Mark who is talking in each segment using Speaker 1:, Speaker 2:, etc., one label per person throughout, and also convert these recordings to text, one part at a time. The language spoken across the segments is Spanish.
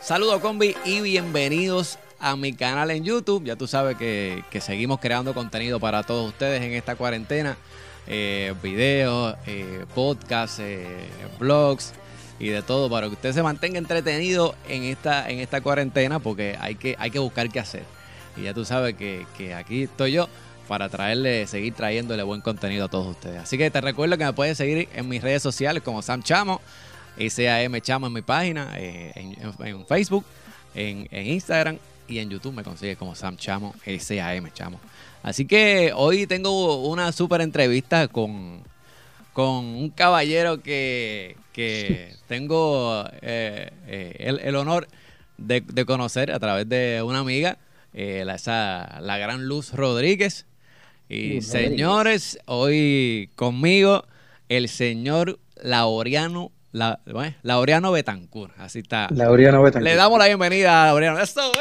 Speaker 1: Saludos combi y bienvenidos a mi canal en YouTube. Ya tú sabes que seguimos creando contenido para todos ustedes en esta cuarentena. Videos, podcasts, blogs y de todo para que usted se mantenga entretenido en esta cuarentena, porque hay que buscar qué hacer. Y ya tú sabes que aquí estoy yo para seguir trayéndole buen contenido a todos ustedes. Así que te recuerdo que me puedes seguir en mis redes sociales como Sam Chamo, SAM Chamo en mi página, en Facebook, en Instagram y en YouTube me consigues como Sam Chamo, SAM Chamo. Así que hoy tengo una súper entrevista con un caballero que tengo el honor de conocer a través de una amiga, la gran Luz Rodríguez. Y señores, hoy conmigo el señor Laureano Betancourt. Así está.
Speaker 2: Laureano Betancourt.
Speaker 1: Le damos la bienvenida a Laureano. ¡Eso!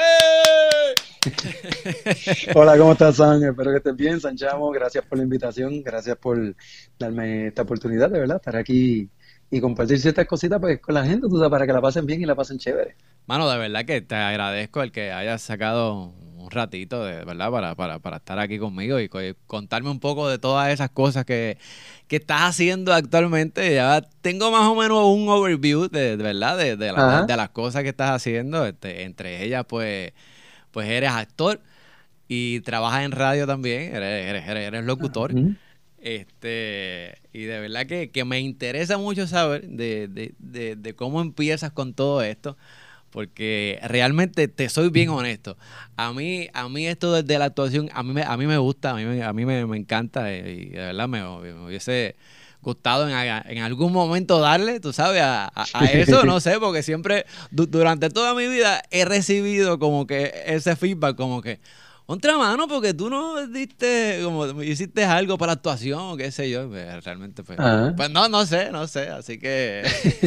Speaker 2: Hola, ¿cómo estás, San? Espero que estés bien, San Chamo. Gracias por la invitación, gracias por darme esta oportunidad, de verdad, estar aquí y compartir ciertas cositas pues, con la gente, tú sabes, para que la pasen bien y la pasen chévere.
Speaker 1: Mano, de verdad que te agradezco el que hayas sacado un ratito, de verdad, para estar aquí conmigo y contarme un poco de todas esas cosas que estás haciendo actualmente. Ya tengo más o menos un overview de verdad de las cosas que estás haciendo. Entre ellas, pues eres actor y trabajas en radio también, eres locutor. Y de verdad que me interesa mucho saber de cómo empiezas con todo esto, porque realmente te soy bien honesto. A mí esto de la actuación, a mí me gusta, a mí me encanta, y de verdad me hubiese gustado en algún momento darle, tú sabes, a eso, no sé, porque siempre, durante toda mi vida he recibido como que ese feedback, como que, contra mano, porque tú no hiciste algo para actuación o qué sé yo, realmente pues no sé, así que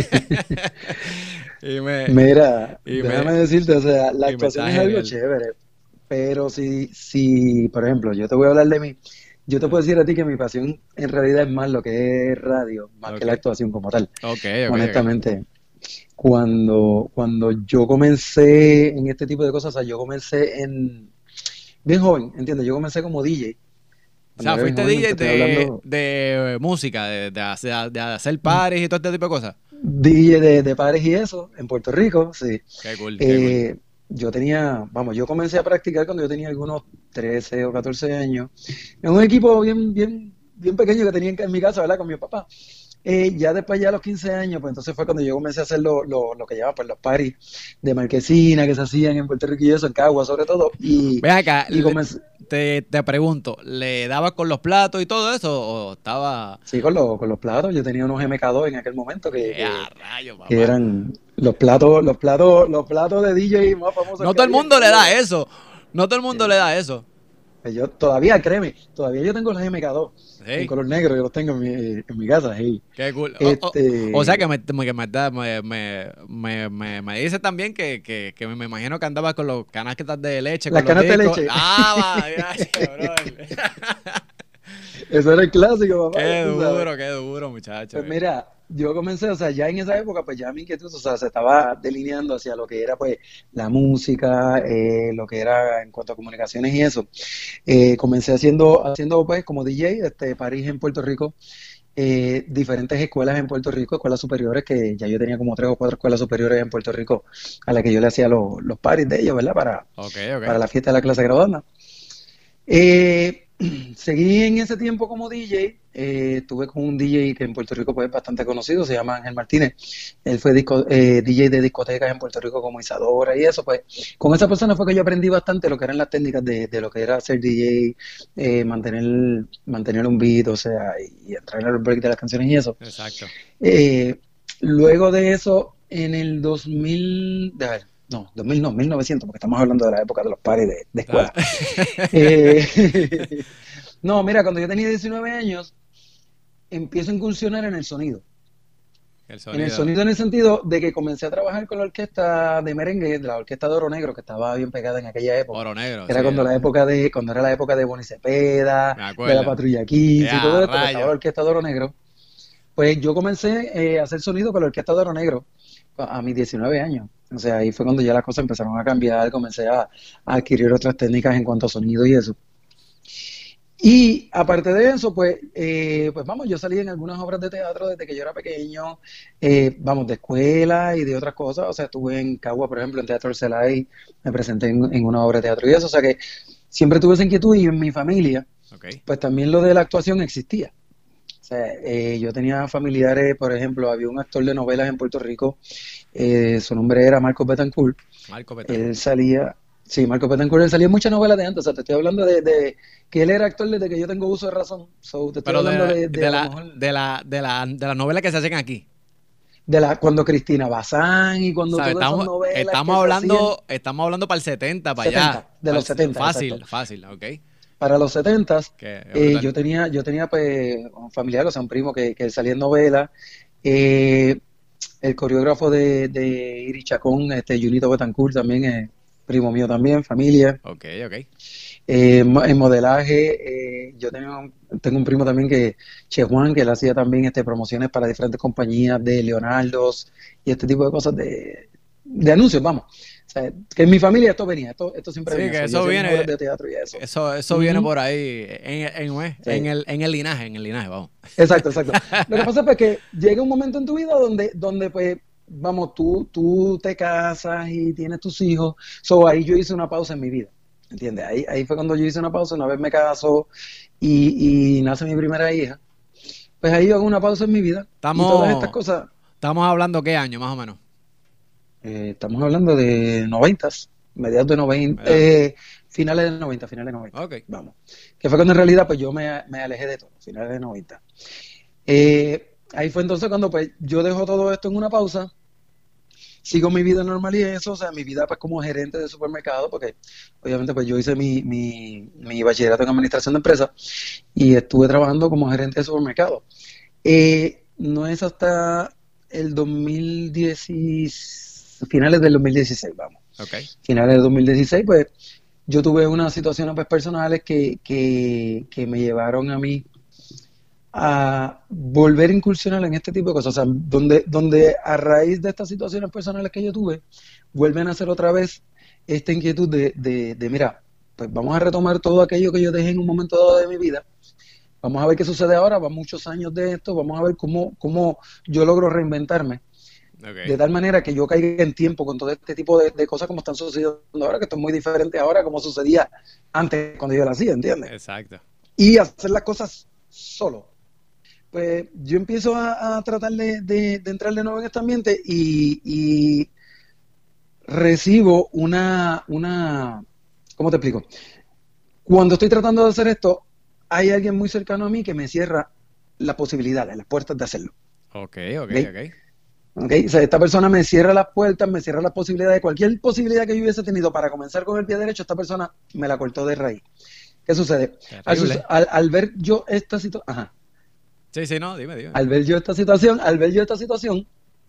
Speaker 2: déjame decirte, o sea, la actuación es algo chévere, pero si, por ejemplo, yo te voy a hablar de mí, yo te puedo decir a ti que mi pasión en realidad es más lo que es radio, más que la actuación como tal. Honestamente, cuando yo comencé en este tipo de cosas, o sea, yo comencé bien joven, ¿entiendes? Yo comencé como DJ.
Speaker 1: O sea, fuiste DJ de música, de hacer pares y todo este tipo de cosas.
Speaker 2: DJ de pares y eso, en Puerto Rico, sí.
Speaker 1: Qué cool,
Speaker 2: yo comencé a practicar cuando yo tenía algunos 13 o 14 años, en un equipo bien pequeño que tenía en mi casa, ¿verdad? Con mi papá. Ya después, ya a los 15 años, pues entonces fue cuando yo comencé a hacer lo que llaman pues, los parties de marquesina que se hacían en Puerto Rico y eso, en Cagua sobre todo.
Speaker 1: Ven acá, te pregunto, ¿le dabas con los platos y todo eso o estaba...?
Speaker 2: Sí, con los platos. Yo tenía unos MK2 en aquel momento que eran los platos de DJ más famosos.
Speaker 1: No todo el mundo le da eso. No todo el mundo le da eso.
Speaker 2: Yo todavía, créeme, yo tengo los MK2 en color negro, yo los tengo en mi casa. Sí.
Speaker 1: Qué cool. O sea que me dice también que me imagino que andabas con los canastas de leche.
Speaker 2: Las canastas de leche. Eso era el clásico, papá.
Speaker 1: Qué duro, muchacho.
Speaker 2: Pues mira, yo comencé, o sea, ya en esa época, pues ya mi inquietud, o sea, se estaba delineando hacia lo que era, pues, la música, lo que era en cuanto a comunicaciones y eso. Comencé haciendo, pues, como DJ, París en Puerto Rico, diferentes escuelas en Puerto Rico, escuelas superiores, que ya yo tenía como 3 o 4 escuelas superiores en Puerto Rico a las que yo le hacía los paris de ellos, ¿verdad? Para la fiesta de la clase graduanda. Seguí en ese tiempo como DJ, estuve con un DJ que en Puerto Rico pues, es bastante conocido, se llama Ángel Martínez. Él fue DJ de discotecas en Puerto Rico como Isadora y eso, pues con esa persona fue que yo aprendí bastante lo que eran las técnicas de lo que era ser DJ, mantener un beat, o sea, y entrar en el break de las canciones y eso.
Speaker 1: Exacto.
Speaker 2: Luego de eso, en el 2000, no, 2000 no, 1900, porque estamos hablando de la época de los paris de escuela. No, mira, cuando yo tenía 19 años, empiezo a incursionar en el sonido. En el sonido en el sentido de que comencé a trabajar con la orquesta de merengue, la orquesta de Oro Negro, que estaba bien pegada en aquella época.
Speaker 1: Oro Negro.
Speaker 2: Era cuando era la época de Boni Cepeda, de la Patrulla 15 y todo esto, que estaba la orquesta de Oro Negro. Pues yo comencé a hacer sonido con la Orquesta de Oro Negro a mis 19 años. O sea, ahí fue cuando ya las cosas empezaron a cambiar, comencé a adquirir otras técnicas en cuanto a sonido y eso. Y aparte de eso, pues vamos, yo salí en algunas obras de teatro desde que yo era pequeño, vamos, de escuela y de otras cosas. O sea, estuve en Cagua, por ejemplo, en Teatro El Celay, me presenté en una obra de teatro y eso. O sea que siempre tuve esa inquietud y en mi familia,
Speaker 1: Ok.
Speaker 2: pues también lo de la actuación existía. O sea, yo tenía familiares, por ejemplo, había un actor de novelas en Puerto Rico, su nombre era Marcos Betancourt.
Speaker 1: Marco
Speaker 2: Él
Speaker 1: Betancourt.
Speaker 2: salía, sí, Marcos Betancourt, él salía en muchas novelas de antes. O sea, te estoy hablando de que él era actor desde que yo tengo uso de razón. So, te estoy
Speaker 1: Pero
Speaker 2: hablando de
Speaker 1: de
Speaker 2: a lo
Speaker 1: la,
Speaker 2: mejor
Speaker 1: de las novelas que se hacen aquí.
Speaker 2: cuando Cristina Bazán y cuando
Speaker 1: ¿Sabes?
Speaker 2: todas esas novelas que se hacían,
Speaker 1: Estamos hablando para el 70 para allá.
Speaker 2: 70 de los 70 exacto.
Speaker 1: Fácil, fácil, ok.
Speaker 2: Para los 70
Speaker 1: Que es brutal.
Speaker 2: yo tenía pues un familiar, o sea, un primo que salía en novelas. Eh, el coreógrafo de Iri Chacón, Junito Betancourt, también es primo mío también, familia.
Speaker 1: Ok, ok.
Speaker 2: En modelaje, tengo un primo también Che Juan, que él hacía también promociones para diferentes compañías de Leonardo's y este tipo de cosas de anuncios, vamos. O sea, que en mi familia esto venía, esto siempre
Speaker 1: Sí,
Speaker 2: venía.
Speaker 1: que
Speaker 2: So, yo
Speaker 1: eso
Speaker 2: hacía mis obras
Speaker 1: viene,
Speaker 2: de teatro y eso.
Speaker 1: eso viene
Speaker 2: Ujú.
Speaker 1: por ahí
Speaker 2: Sí.
Speaker 1: en el linaje, vamos.
Speaker 2: Exacto, exacto. Lo que pasa es pues, que llega un momento en tu vida donde pues, vamos, tú te casas y tienes tus hijos. So, ahí yo hice una pausa en mi vida, ¿entiendes? Ahí fue cuando yo hice una pausa, una vez me caso y nace mi primera hija. Pues ahí yo hago una pausa en mi vida y todas estas
Speaker 1: Estamos,
Speaker 2: cosas,
Speaker 1: estamos hablando qué año, más o menos.
Speaker 2: estamos hablando de noventas, mediados de 90,
Speaker 1: ¿Verdad?
Speaker 2: finales de 90,
Speaker 1: Ok.
Speaker 2: vamos. Que fue cuando en realidad pues yo me alejé de todo, finales de 90. Ahí fue entonces cuando pues yo dejo todo esto en una pausa, sigo mi vida normal y eso, o sea, mi vida pues como gerente de supermercado, porque obviamente pues yo hice mi bachillerato en administración de empresas y estuve trabajando como gerente de supermercado. No es hasta el 2010, finales del 2016, vamos.
Speaker 1: Ok.
Speaker 2: Finales del 2016, pues yo tuve unas situaciones pues, personales que me llevaron a mí a volver a incursionar en este tipo de cosas. O sea, donde a raíz de estas situaciones personales que yo tuve, vuelven a hacer otra vez esta inquietud mira, pues vamos a retomar todo aquello que yo dejé en un momento dado de mi vida. Vamos a ver qué sucede ahora, van muchos años de esto, vamos a ver cómo yo logro reinventarme. De
Speaker 1: Ok.
Speaker 2: tal manera que yo caiga en tiempo con todo este tipo de cosas como están sucediendo ahora, que esto es muy diferente ahora como sucedía antes cuando yo lo hacía, ¿entiendes?
Speaker 1: Exacto.
Speaker 2: Y hacer las cosas solo. Pues yo empiezo a tratar de entrar de nuevo en este ambiente y recibo ¿cómo te explico? Cuando estoy tratando de hacer esto, hay alguien muy cercano a mí que me cierra las posibilidades, las puertas de hacerlo.
Speaker 1: Ok, ok,
Speaker 2: ¿Ok?
Speaker 1: ok.
Speaker 2: ¿Ok? O sea, esta persona me cierra las puertas, me cierra las posibilidades, cualquier posibilidad que yo hubiese tenido para comenzar con el pie derecho, esta persona me la cortó de raíz. ¿Qué sucede?
Speaker 1: Terrible.
Speaker 2: Al ver yo esta situación, ajá,
Speaker 1: Sí, sí, no, dime, dime.
Speaker 2: al ver yo esta situación,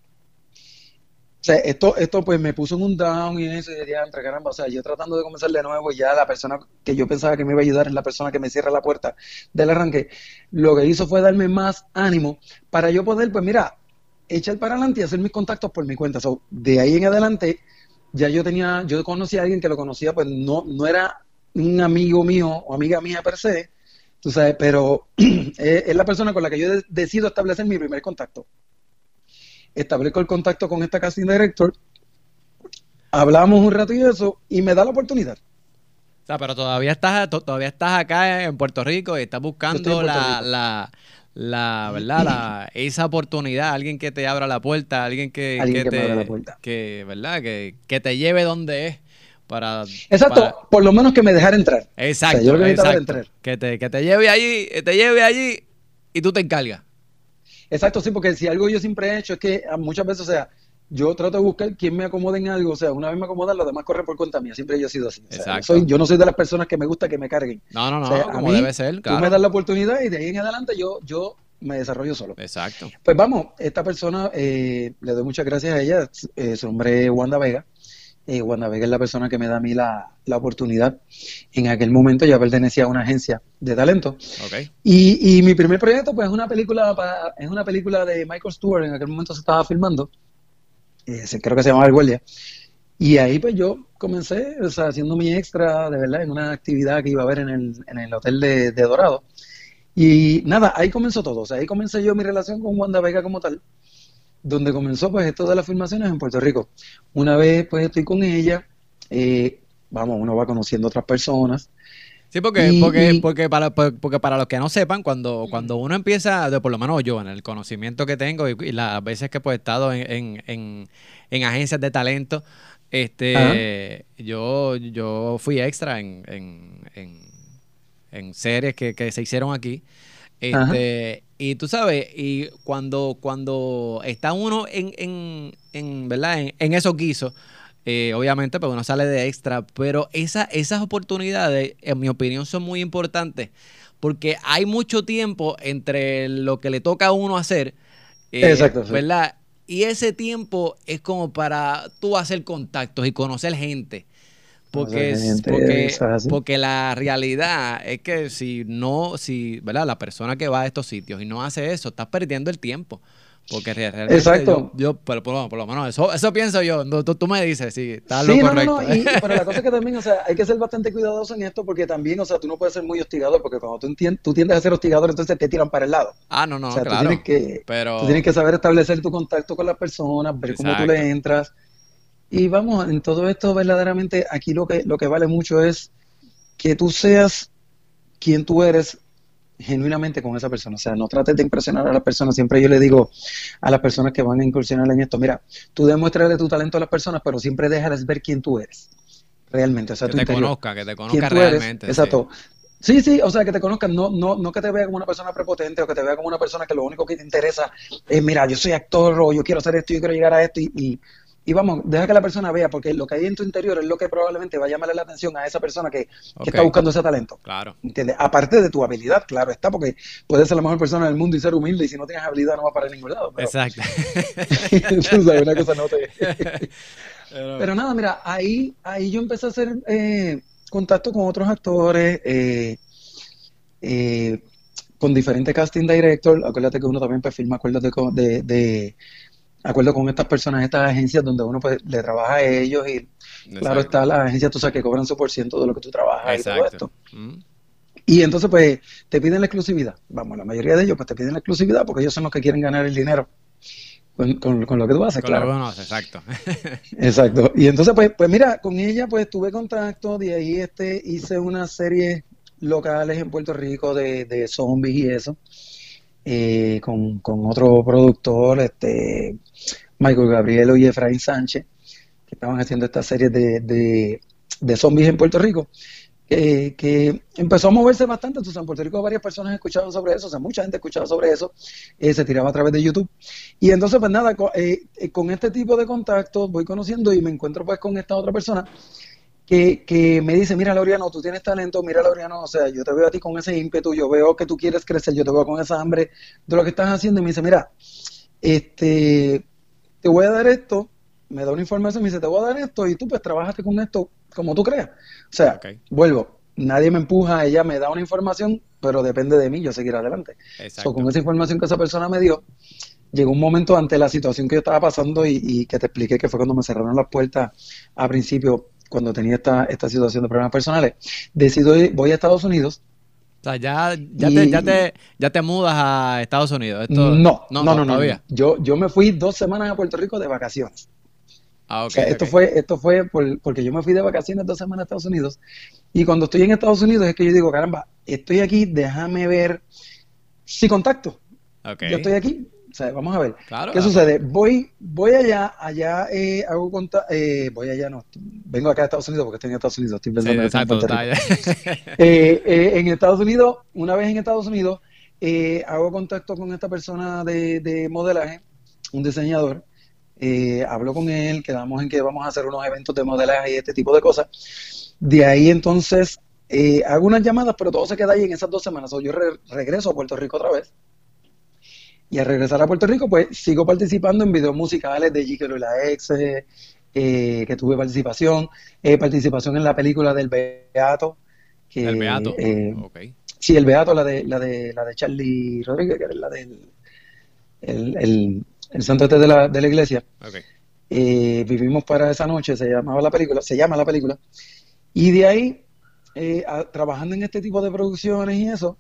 Speaker 2: o sea, esto pues me puso en un down y eso, y decía, entre caramba, o sea, yo tratando de comenzar de nuevo, y ya la persona que yo pensaba que me iba a ayudar es la persona que me cierra la puerta del arranque. Lo que hizo fue darme más ánimo para yo poder, pues mira, echar para adelante y hacer mis contactos por mi cuenta. So, de ahí en adelante, yo conocí a alguien que lo conocía, pues no era un amigo mío o amiga mía per se, tú sabes, pero es la persona con la que yo decido establecer mi primer contacto. Establezco el contacto con esta casting director, hablamos un rato y eso, y me da la oportunidad.
Speaker 1: O sea, pero todavía estás acá en Puerto Rico y estás
Speaker 2: Yo estoy en
Speaker 1: buscando
Speaker 2: Puerto Rico.
Speaker 1: ¿verdad? Esa oportunidad, alguien que te abra la puerta, alguien
Speaker 2: Alguien que me abra la puerta.
Speaker 1: ¿verdad? Que te lleve donde es para,
Speaker 2: Exacto, por lo menos que me dejara entrar. O sea, yo lo
Speaker 1: exacto,
Speaker 2: que necesitaba era
Speaker 1: exacto.
Speaker 2: entrar.
Speaker 1: Que te lleve allí y tú te encargas.
Speaker 2: Exacto, sí, porque si algo yo siempre he hecho es que muchas veces, o sea, yo trato de buscar quien me acomode en algo, o sea, una vez me acomodan, los demás corren por cuenta mía, siempre yo he sido así. O sea,
Speaker 1: Exacto.
Speaker 2: yo no soy de las personas que me gusta que me carguen.
Speaker 1: No, no,
Speaker 2: O sea,
Speaker 1: no,
Speaker 2: a
Speaker 1: como debe
Speaker 2: mí,
Speaker 1: ser,
Speaker 2: tú me
Speaker 1: claro.
Speaker 2: das la oportunidad y de ahí en adelante yo me desarrollo solo.
Speaker 1: Exacto.
Speaker 2: Pues vamos, esta persona, le doy muchas gracias a ella, su nombre es Wanda Vega. Wanda Vega es la persona que me da a mí la oportunidad. En aquel momento ya pertenecía a una agencia de talento.
Speaker 1: Ok.
Speaker 2: Y mi primer proyecto, pues, es una película de Michael Stewart, en aquel momento se estaba filmando, creo que se llamaba El Guardia. Y ahí pues yo comencé, o sea, haciendo mi extra, de verdad, en una actividad que iba a haber en el hotel de Dorado. Y nada, ahí comenzó todo, o sea, ahí comencé yo mi relación con Wanda Vega como tal, donde comenzó pues esto de las filmaciones en Puerto Rico. Una vez pues estoy con ella, vamos, uno va conociendo otras personas
Speaker 1: Sí,
Speaker 2: y,
Speaker 1: porque para los que no sepan, cuando uno empieza, por lo menos yo, en el conocimiento que tengo y las veces que pues, he estado en agencias de talento,
Speaker 2: ajá,
Speaker 1: yo fui extra en series que se hicieron aquí.
Speaker 2: ajá,
Speaker 1: Y tú sabes, y cuando está uno ¿verdad? En esos guisos, obviamente, pues uno sale de extra, pero esas oportunidades, en mi opinión, son muy importantes porque hay mucho tiempo entre lo que le toca a uno hacer,
Speaker 2: exacto, sí.
Speaker 1: ¿verdad? Y ese tiempo es como para tú hacer contactos y conocer gente.
Speaker 2: O sea,
Speaker 1: Porque,
Speaker 2: gente, eso es así.
Speaker 1: porque la realidad es que si, ¿verdad? La persona que va a estos sitios y no hace eso, estás perdiendo el tiempo. Porque realmente
Speaker 2: Exacto.
Speaker 1: por lo menos eso pienso yo. No, tú me dices, sí, estás lo
Speaker 2: Sí, no, no, no,
Speaker 1: correcto.
Speaker 2: pero la cosa es que también, o sea, hay que ser bastante cuidadoso en esto porque también, o sea, tú no puedes ser muy hostigador porque cuando tú tiendes a ser hostigador, entonces te tiran para el lado.
Speaker 1: Ah, no,
Speaker 2: O
Speaker 1: no,
Speaker 2: sea,
Speaker 1: claro.
Speaker 2: tú tienes
Speaker 1: Pero,
Speaker 2: que saber establecer tu contacto con las personas, ver cómo tú
Speaker 1: exacto.
Speaker 2: le entras. Y vamos, en todo esto, verdaderamente, aquí lo que vale mucho es que tú seas quien tú eres genuinamente con esa persona. O sea, no trates de impresionar a la persona. Siempre yo le digo a las personas que van a incursionar en esto, mira, tú demuéstrale tu talento a las personas, pero siempre déjales ver quién tú eres realmente, o sea, tu interior.
Speaker 1: Que te
Speaker 2: ¿Quién
Speaker 1: conozca
Speaker 2: tú eres?
Speaker 1: realmente, sí.
Speaker 2: Exacto. Sí, sí, o sea, que te conozcan, no que te vea como una persona prepotente o que te vea como una persona que lo único que te interesa es, mira, yo soy actor o yo quiero hacer esto, yo quiero llegar a esto y vamos, deja que la persona vea, porque lo que hay en tu interior es lo que probablemente va a llamarle la atención a esa persona que
Speaker 1: Ok,
Speaker 2: está buscando ese talento.
Speaker 1: claro.
Speaker 2: ¿Entiendes? Aparte de tu habilidad, claro está, porque puedes ser la mejor persona del mundo y ser humilde y si no tienes habilidad no va para ningún lado, pero
Speaker 1: Exacto.
Speaker 2: tú sabes, una cosa no te...
Speaker 1: Pero,
Speaker 2: Pero nada, mira, ahí yo empecé a hacer contacto con otros actores, eh, con diferentes casting directors. Acuérdate que uno también pues, firma acuerdos de acuerdo con estas personas, estas agencias donde uno pues, le trabaja a ellos y claro
Speaker 1: exacto.
Speaker 2: está, las agencias tú sabes que cobran su por ciento de lo que tú trabajas y todo
Speaker 1: Exacto.
Speaker 2: esto.
Speaker 1: Mm.
Speaker 2: Y entonces pues te piden la exclusividad. Vamos, la mayoría de ellos pues te piden la exclusividad porque ellos son los que quieren ganar el dinero con lo que tú haces,
Speaker 1: Con lo que
Speaker 2: claro.
Speaker 1: uno hace, exacto.
Speaker 2: Exacto. Y entonces, pues mira, con ella pues tuve contacto, de ahí hice unas series locales en Puerto Rico de zombies y eso, con otro productor, Michael Gabrielo y Efraín Sánchez, que estaban haciendo estas series de zombies en Puerto Rico, que empezó a moverse bastante. Entonces, en Puerto Rico varias personas escuchaban sobre eso, o sea, mucha gente escuchaba sobre eso, se tiraba a través de YouTube. Y entonces, pues nada, con este tipo de contactos voy conociendo y me encuentro pues con esta otra persona que me dice, mira Laureano, tú tienes talento, mira Laureano, o sea, yo te veo a ti con ese ímpetu, yo veo que tú quieres crecer, yo te veo con esa hambre de lo que estás haciendo y me dice, mira, te voy a dar esto, me da una información, me dice, te voy a dar esto y tú pues trabajaste con esto como tú creas. O sea,
Speaker 1: Ok,
Speaker 2: vuelvo, nadie me empuja, ella me da una información, pero depende de mí, yo seguir adelante. So, con
Speaker 1: exacto.
Speaker 2: esa información que esa persona me dio, llegó un momento ante la situación que yo estaba pasando y que te expliqué que fue cuando me cerraron las puertas a principio, cuando tenía esta situación de problemas personales. Decido voy a Estados Unidos
Speaker 1: O sea,
Speaker 2: y
Speaker 1: ya te mudas a Estados Unidos. Esto,
Speaker 2: no,
Speaker 1: no,
Speaker 2: no, no, no, no, no.
Speaker 1: todavía.
Speaker 2: Yo me fui 2 semanas a Puerto Rico de vacaciones.
Speaker 1: Ah,
Speaker 2: O
Speaker 1: ok,
Speaker 2: sea,
Speaker 1: ok.
Speaker 2: esto fue porque yo me fui de vacaciones 2 semanas a Estados Unidos y cuando estoy en Estados Unidos es que yo digo, caramba, estoy aquí, déjame ver si contacto. Yo
Speaker 1: Ok.
Speaker 2: estoy aquí, o sea, vamos a ver.
Speaker 1: Claro,
Speaker 2: ¿Qué
Speaker 1: ah, pues,
Speaker 2: sucede? Voy allá hago voy allá, no, vengo acá a Estados Unidos porque estoy en Estados Unidos, estoy
Speaker 1: sí,
Speaker 2: pensando que estoy en
Speaker 1: exacto,
Speaker 2: Puerto
Speaker 1: está
Speaker 2: Rico.
Speaker 1: allá.
Speaker 2: En Estados Unidos, una vez en Estados Unidos, hago contacto con esta persona de modelaje, un diseñador. Hablo con él, quedamos en que vamos a hacer unos eventos de modelaje y este tipo de cosas. De ahí entonces hago unas llamadas, pero todo se queda ahí en esas 2 semanas. O yo regreso a Puerto Rico otra vez. Y al regresar a Puerto Rico, pues sigo participando en videos musicales de J.K. y la Ex, que tuve participación, participación en la película del Beato,
Speaker 1: El
Speaker 2: que
Speaker 1: Beato. Ok,
Speaker 2: sí, el Beato, la de Charlie Rodríguez, que era la del el santo este de la iglesia.
Speaker 1: ok.
Speaker 2: Vivimos para esa noche, se llama la película, y de ahí, trabajando en este tipo de producciones y eso,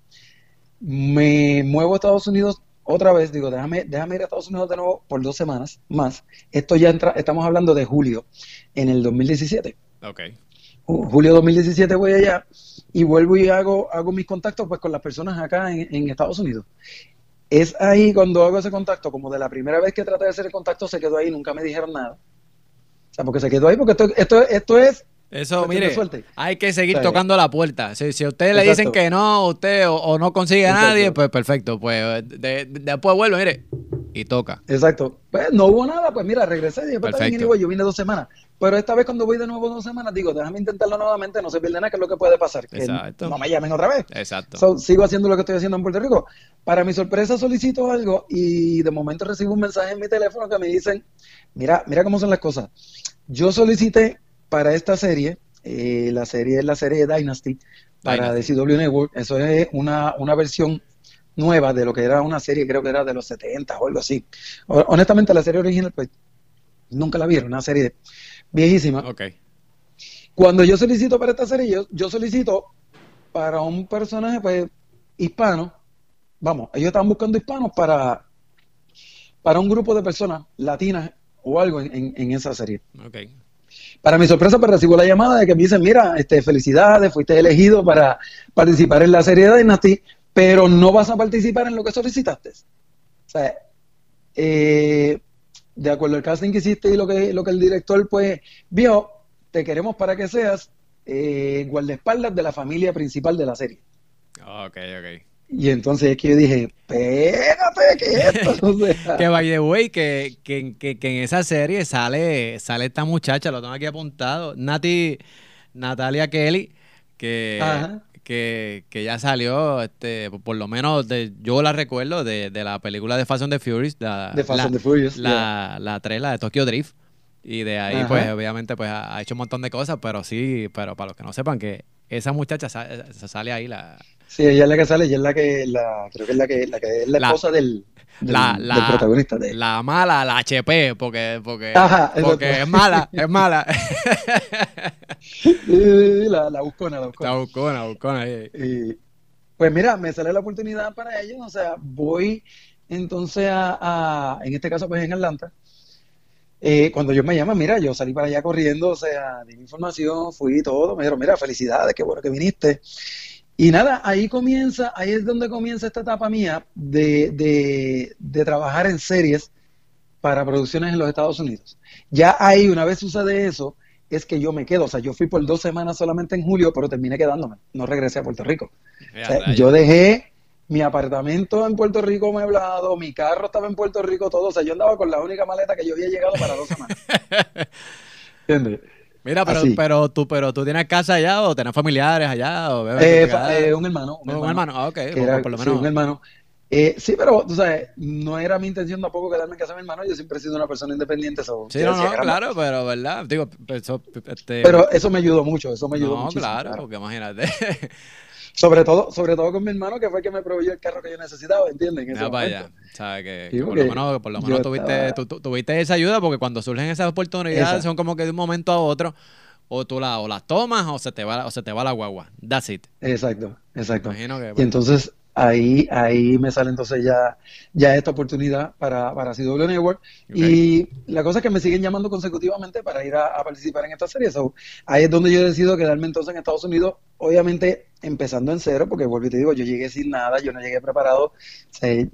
Speaker 2: me muevo a Estados Unidos otra vez, digo, déjame ir a Estados Unidos de nuevo por 2 semanas más. Esto ya estamos hablando de julio en el 2017.
Speaker 1: Ok.
Speaker 2: Julio 2017 voy allá y vuelvo y hago mis contactos pues con las personas acá en Estados Unidos. Es ahí cuando hago ese contacto, como de la primera vez que traté de hacer el contacto, se quedó ahí, nunca me dijeron nada. O sea, porque se quedó ahí, porque esto es
Speaker 1: Eso,
Speaker 2: cuestión de
Speaker 1: mire,
Speaker 2: suerte.
Speaker 1: hay que
Speaker 2: O
Speaker 1: seguir
Speaker 2: sea,
Speaker 1: tocando la puerta. Si a ustedes le dicen
Speaker 2: exacto,
Speaker 1: que no, usted o no consigue a nadie,
Speaker 2: exacto.
Speaker 1: pues perfecto. Pues después vuelve, mire, y toca.
Speaker 2: Exacto. Pues no hubo nada, pues mira, regresé y después está bien,
Speaker 1: Perfecto.
Speaker 2: anyway, yo vine 2 semanas. Pero esta vez cuando voy de nuevo 2 semanas, digo, déjame intentarlo nuevamente, no se pierde nada, que es lo que puede pasar, que
Speaker 1: Exacto.
Speaker 2: no me llamen otra vez.
Speaker 1: Exacto.
Speaker 2: So, sigo haciendo lo que estoy haciendo en Puerto Rico. Para mi sorpresa solicito algo y de momento recibo un mensaje en mi teléfono que me dicen, mira cómo son las cosas. Yo solicité para esta serie, la serie es la serie Dynasty, para
Speaker 1: Dynasty.
Speaker 2: DCW Network, eso es una versión nueva de lo que era una serie, creo que era de los 70 o algo así. Honestamente, la serie original, pues nunca la vieron, una serie viejísima.
Speaker 1: Ok.
Speaker 2: Cuando yo solicito para esta serie, yo solicito para un personaje, pues, hispano. Vamos, ellos estaban buscando hispanos para un grupo de personas latinas o algo en esa serie.
Speaker 1: Ok.
Speaker 2: Para mi sorpresa, pues recibo la llamada de que me dicen, mira, felicidades, fuiste elegido para participar en la serie de Dynasty, pero no vas a participar en lo que solicitaste. O sea, eh, de acuerdo al casting que hiciste y lo que el director pues vio, te queremos para que seas guardaespaldas de la familia principal de la serie.
Speaker 1: Ok, ok.
Speaker 2: Y entonces es que yo dije, espérate, ¿qué es esto? O
Speaker 1: Que
Speaker 2: sea,
Speaker 1: by the way, que en esa serie sale esta muchacha, lo tengo aquí apuntado, Natalia Kelly, que,
Speaker 2: ajá,
Speaker 1: que ya salió, por lo menos yo la recuerdo de la película de Fast and the Furious,
Speaker 2: de Fast and the Furious, yeah.
Speaker 1: la 3, la de Tokyo Drift. Y de ahí, pues,
Speaker 2: Ajá.
Speaker 1: obviamente, pues ha hecho un montón de cosas, pero sí, pero para los que no sepan que esa muchacha sale ahí,
Speaker 2: Sí, ella es la que sale, ella es creo que es la que es la
Speaker 1: la,
Speaker 2: esposa del,
Speaker 1: la,
Speaker 2: del, del
Speaker 1: la,
Speaker 2: protagonista de.
Speaker 1: la mala, la HP,
Speaker 2: Ajá, exacto.
Speaker 1: porque es mala, es mala.
Speaker 2: Sí, la buscona, la
Speaker 1: La
Speaker 2: buscona.
Speaker 1: buscona, buscona ahí.
Speaker 2: Y, pues mira, me sale la oportunidad para ellos, o sea, voy entonces en este caso pues en Atlanta. Cuando ellos me llaman, mira, yo salí para allá corriendo, o sea, di mi información, fui y todo, me dijeron, mira, felicidades, qué bueno que viniste. Y nada, ahí es donde comienza esta etapa mía de trabajar en series para producciones en los Estados Unidos. Ya ahí, una vez sucede eso, es que yo me quedo, o sea, yo fui por 2 semanas solamente en julio, pero terminé quedándome, no regresé a Puerto Rico. O
Speaker 1: Ya,
Speaker 2: sea,
Speaker 1: rayos.
Speaker 2: yo dejé mi apartamento en Puerto Rico amueblado, mi carro estaba en Puerto Rico, todo, o sea, yo andaba con la única maleta que yo había llegado para 2 semanas. ¿Entiendes?
Speaker 1: Mira,
Speaker 2: Así.
Speaker 1: pero tú tienes casa allá o tienes familiares allá o obviamente te quedas
Speaker 2: Un hermano, un
Speaker 1: un
Speaker 2: hermano,
Speaker 1: hermano. Ah, ok,
Speaker 2: que
Speaker 1: pues
Speaker 2: era,
Speaker 1: por lo
Speaker 2: sí, un
Speaker 1: menos.
Speaker 2: hermano. Sí, pero, tú sabes, no era mi intención tampoco quedarme en casa de mi hermano, yo siempre he sido una persona independiente, so,
Speaker 1: Sí,
Speaker 2: yo
Speaker 1: no,
Speaker 2: decía,
Speaker 1: no,
Speaker 2: caramba.
Speaker 1: claro, pero verdad, digo,
Speaker 2: Pero eso me ayudó mucho, eso me ayudó
Speaker 1: no,
Speaker 2: muchísimo,
Speaker 1: claro,
Speaker 2: claro.
Speaker 1: porque imagínate.
Speaker 2: Sobre todo con mi hermano, que fue el que me proveyó el carro que yo necesitaba, ¿entiendes? En ese
Speaker 1: Mira para
Speaker 2: momento.
Speaker 1: allá, ¿sabes?
Speaker 2: Sí,
Speaker 1: Que
Speaker 2: porque
Speaker 1: por lo
Speaker 2: yo
Speaker 1: menos tuviste,
Speaker 2: estaba,
Speaker 1: tuviste esa ayuda, porque cuando surgen esas oportunidades
Speaker 2: esa,
Speaker 1: son como que de un momento a otro, o las tomas o se te va la guagua. That's it.
Speaker 2: exacto,
Speaker 1: Me
Speaker 2: exacto.
Speaker 1: imagino que
Speaker 2: Y
Speaker 1: pues.
Speaker 2: entonces ahí me sale entonces ya esta oportunidad para CW Network.
Speaker 1: Ok.
Speaker 2: Y la cosa es que me siguen llamando consecutivamente para ir a participar en esta serie. So, ahí es donde yo decido quedarme entonces en Estados Unidos, obviamente empezando en cero, porque vuelvo y te digo, yo llegué sin nada, yo no llegué preparado. O sea,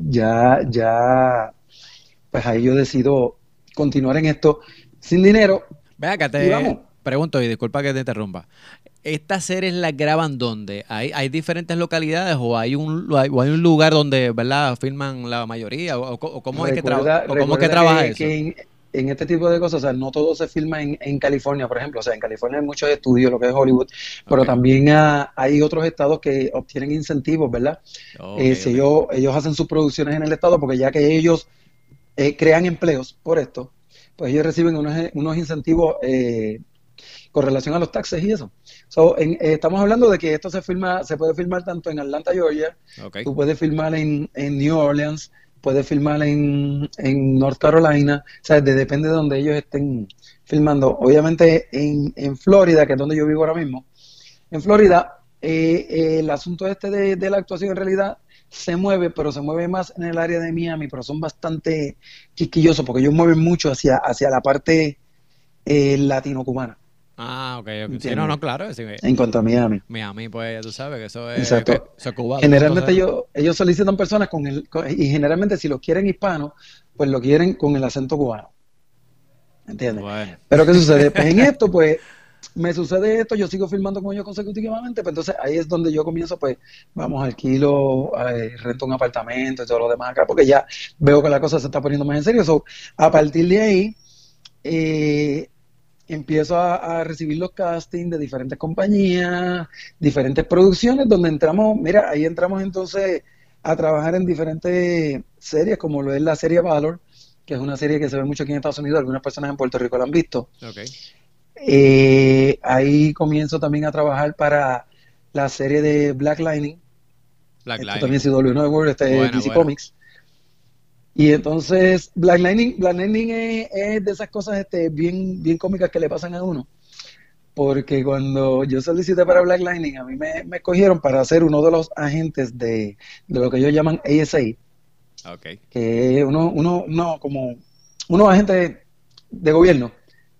Speaker 2: ya, pues ahí yo decido continuar en esto sin dinero
Speaker 1: Ve acá,
Speaker 2: y
Speaker 1: te
Speaker 2: vamos.
Speaker 1: pregunto y disculpa que te interrumpa. ¿Estas series las graban dónde? ¿Hay diferentes localidades o hay un lugar donde, ¿verdad?, filman la mayoría? ¿O cómo es que
Speaker 2: Recuerda,
Speaker 1: o cómo es que
Speaker 2: recuerda
Speaker 1: trabaja
Speaker 2: que,
Speaker 1: eso?
Speaker 2: que en este tipo de cosas, o sea, no todo se filma en California, por ejemplo. O sea, en California hay muchos estudios, lo que es Hollywood,
Speaker 1: Ok,
Speaker 2: pero también hay otros estados que obtienen incentivos, ¿verdad?
Speaker 1: ok,
Speaker 2: Si
Speaker 1: ok.
Speaker 2: ellos hacen sus producciones en el estado, porque ya que ellos crean empleos por esto, pues ellos reciben unos incentivos con relación a los taxes y eso. So, estamos hablando de que esto se puede filmar tanto en Atlanta, Georgia,
Speaker 1: Ok.
Speaker 2: tú puedes filmar en New Orleans, puedes filmar en North Carolina, o sea, depende de donde ellos estén filmando. Obviamente en Florida, que es donde yo vivo ahora mismo, en Florida, el asunto de la actuación en realidad se mueve, pero se mueve más en el área de Miami, pero son bastante quisquillosos porque ellos mueven mucho hacia la parte latino-cubana,
Speaker 1: Ah, ok, ok. Sí, no,
Speaker 2: ¿entiendes?
Speaker 1: no, claro. Sí,
Speaker 2: En cuanto a Miami.
Speaker 1: Miami, pues ya tú sabes que
Speaker 2: Exacto.
Speaker 1: eso es Cuba
Speaker 2: Generalmente
Speaker 1: 2.0.
Speaker 2: ellos solicitan personas y generalmente si los quieren hispanos, pues lo quieren con el acento cubano, ¿entiendes?
Speaker 1: Bueno.
Speaker 2: Pero ¿qué sucede? Pues en esto, pues me sucede esto, yo sigo filmando con ellos consecutivamente, pues entonces ahí es donde yo comienzo, pues vamos, alquilo, rento un apartamento y todo lo demás acá, porque ya veo que la cosa se está poniendo más en serio. So, a partir de ahí, eh, empiezo a recibir los castings de diferentes compañías, diferentes producciones, donde entramos, mira, ahí entramos entonces a trabajar en diferentes series, como lo es la serie Valor, que es una serie que se ve mucho aquí en Estados Unidos, algunas personas en Puerto Rico la han visto.
Speaker 1: Ok.
Speaker 2: Ahí comienzo también a trabajar para la serie de Black Lightning,
Speaker 1: Black
Speaker 2: esto también
Speaker 1: Lightning.
Speaker 2: es CW Network, este es
Speaker 1: Buena,
Speaker 2: DC
Speaker 1: buena.
Speaker 2: Comics. Y entonces Black Lightning es de esas cosas bien, bien cómicas que le pasan a uno. Porque cuando yo solicité para Black Lightning, a mí me escogieron para ser uno de los agentes de lo que ellos llaman ASA,
Speaker 1: Ok.
Speaker 2: que es como unos agentes de gobierno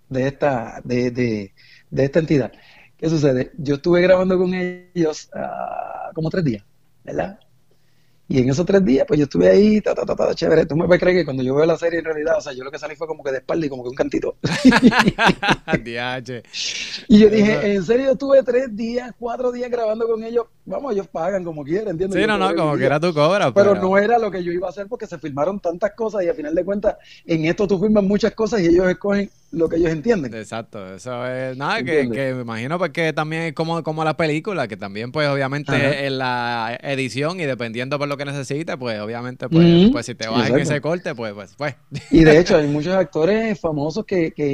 Speaker 2: de esta entidad. ¿Qué sucede? Yo estuve grabando con ellos como 3 días, ¿verdad? Y en esos 3 días, pues yo estuve ahí, chévere. Tú me puedes creer que cuando yo veo la serie, en realidad, o sea, yo lo que salí fue como que de espalda y como que un cantito.
Speaker 1: DH.
Speaker 2: Y yo
Speaker 1: Eso.
Speaker 2: dije, en serio, yo estuve 3 días, 4 días grabando con ellos. Vamos, ellos pagan como quieran, ¿entiendes?
Speaker 1: Sí,
Speaker 2: Yo
Speaker 1: no, no,
Speaker 2: cobré mi
Speaker 1: como que
Speaker 2: día.
Speaker 1: era tu cobra,
Speaker 2: Pero
Speaker 1: pero.
Speaker 2: no era lo que yo iba a hacer porque se filmaron tantas cosas y al final de cuentas, en esto tú filmas muchas cosas y ellos escogen lo que ellos entienden,
Speaker 1: Exacto, eso es nada
Speaker 2: ¿entiendes?
Speaker 1: que me imagino porque también es como la película, que también pues
Speaker 2: Ajá.
Speaker 1: obviamente en la edición y dependiendo por lo que necesites, pues obviamente pues si te vas en ese
Speaker 2: Exacto.
Speaker 1: corte, pues.
Speaker 2: Y de hecho, hay muchos actores famosos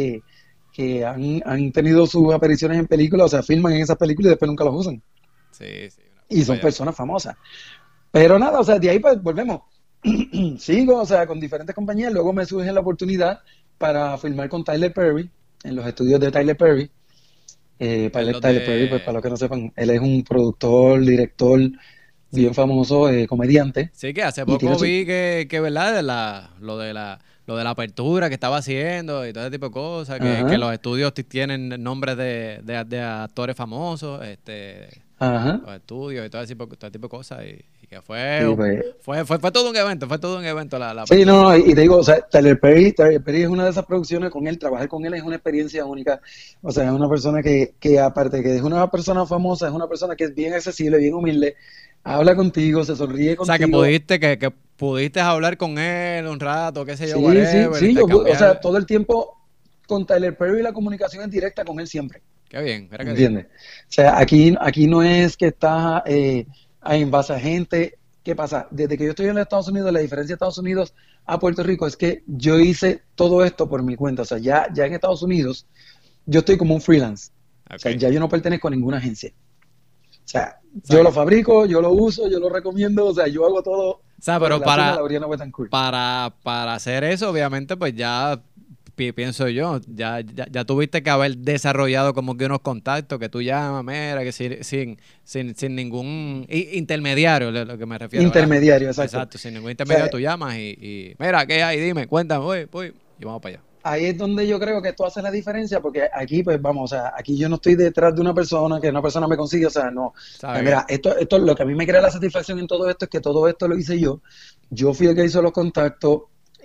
Speaker 2: que han tenido sus apariciones en películas, o sea, filman en esas películas y después nunca los usan.
Speaker 1: Sí, sí, una
Speaker 2: Y
Speaker 1: cosa
Speaker 2: son
Speaker 1: para allá.
Speaker 2: personas famosas. Pero nada, o sea, de ahí pues volvemos. Sigo, o sea, con diferentes compañías. Luego me surge la oportunidad para filmar con Tyler Perry en los estudios de Tyler Perry.
Speaker 1: Que es
Speaker 2: Tyler Perry, pues
Speaker 1: de.
Speaker 2: para los que no sepan, él es un productor, director
Speaker 1: Sí,
Speaker 2: bien famoso, comediante.
Speaker 1: sí, que hace
Speaker 2: Y tiene
Speaker 1: poco
Speaker 2: su...
Speaker 1: vi que ¿verdad? Lo de la apertura que estaba haciendo y todo ese tipo de cosas, que
Speaker 2: Ajá,
Speaker 1: los estudios tienen nombres de actores famosos,
Speaker 2: ajá.
Speaker 1: los estudios y todo tipo de cosas, y que
Speaker 2: Sí, pues.
Speaker 1: fue todo un evento la
Speaker 2: Sí,
Speaker 1: apertura.
Speaker 2: no, no, y te digo, o sea, Tyler Perry es una de esas producciones con él, trabajar con él es una experiencia única. O sea, es una persona que aparte que es una persona famosa, es una persona que es bien accesible, bien humilde, habla contigo, se sonríe
Speaker 1: O sea,
Speaker 2: contigo.
Speaker 1: que pudiste hablar con él un rato, qué sé yo,
Speaker 2: Sí, sí,
Speaker 1: whatever,
Speaker 2: sí, o sea,
Speaker 1: intercambiar.
Speaker 2: todo el tiempo con Tyler Perry la comunicación es directa con él siempre,
Speaker 1: Qué bien, mira qué bien.
Speaker 2: ¿entiendes? O sea, aquí no es que estás en base a gente. ¿Qué pasa? Desde que yo estoy en los Estados Unidos, la diferencia de Estados Unidos a Puerto Rico es que yo hice todo esto por mi cuenta. O sea, ya en Estados Unidos yo estoy como un freelance. O sea,
Speaker 1: Ok.
Speaker 2: ya yo no pertenezco a ninguna agencia. O sea,
Speaker 1: O sea,
Speaker 2: yo lo fabrico, yo lo uso, yo lo recomiendo. O sea, yo hago todo con
Speaker 1: pero
Speaker 2: relación a Laureano Betancourt.
Speaker 1: para hacer eso, obviamente, pues ya pienso yo, ya tuviste que haber desarrollado como que unos contactos que tú llamas, mira, que sin ningún intermediario, lo que me refiero, ¿verdad?
Speaker 2: Intermediario, exacto. O
Speaker 1: Exacto, sin ningún intermediario
Speaker 2: sea,
Speaker 1: tú llamas y mira, ¿qué hay? Dime, cuéntame, voy, y vamos para allá.
Speaker 2: ahí es donde yo creo que esto hace la diferencia, porque aquí, pues vamos, o sea, aquí yo no estoy detrás de una persona, que una persona me consigue, o sea, no. O sea,
Speaker 1: ¿Sabes
Speaker 2: mira, esto, lo que a mí me crea la satisfacción en todo esto es que todo esto lo hice yo. Yo fui el que hizo los contactos,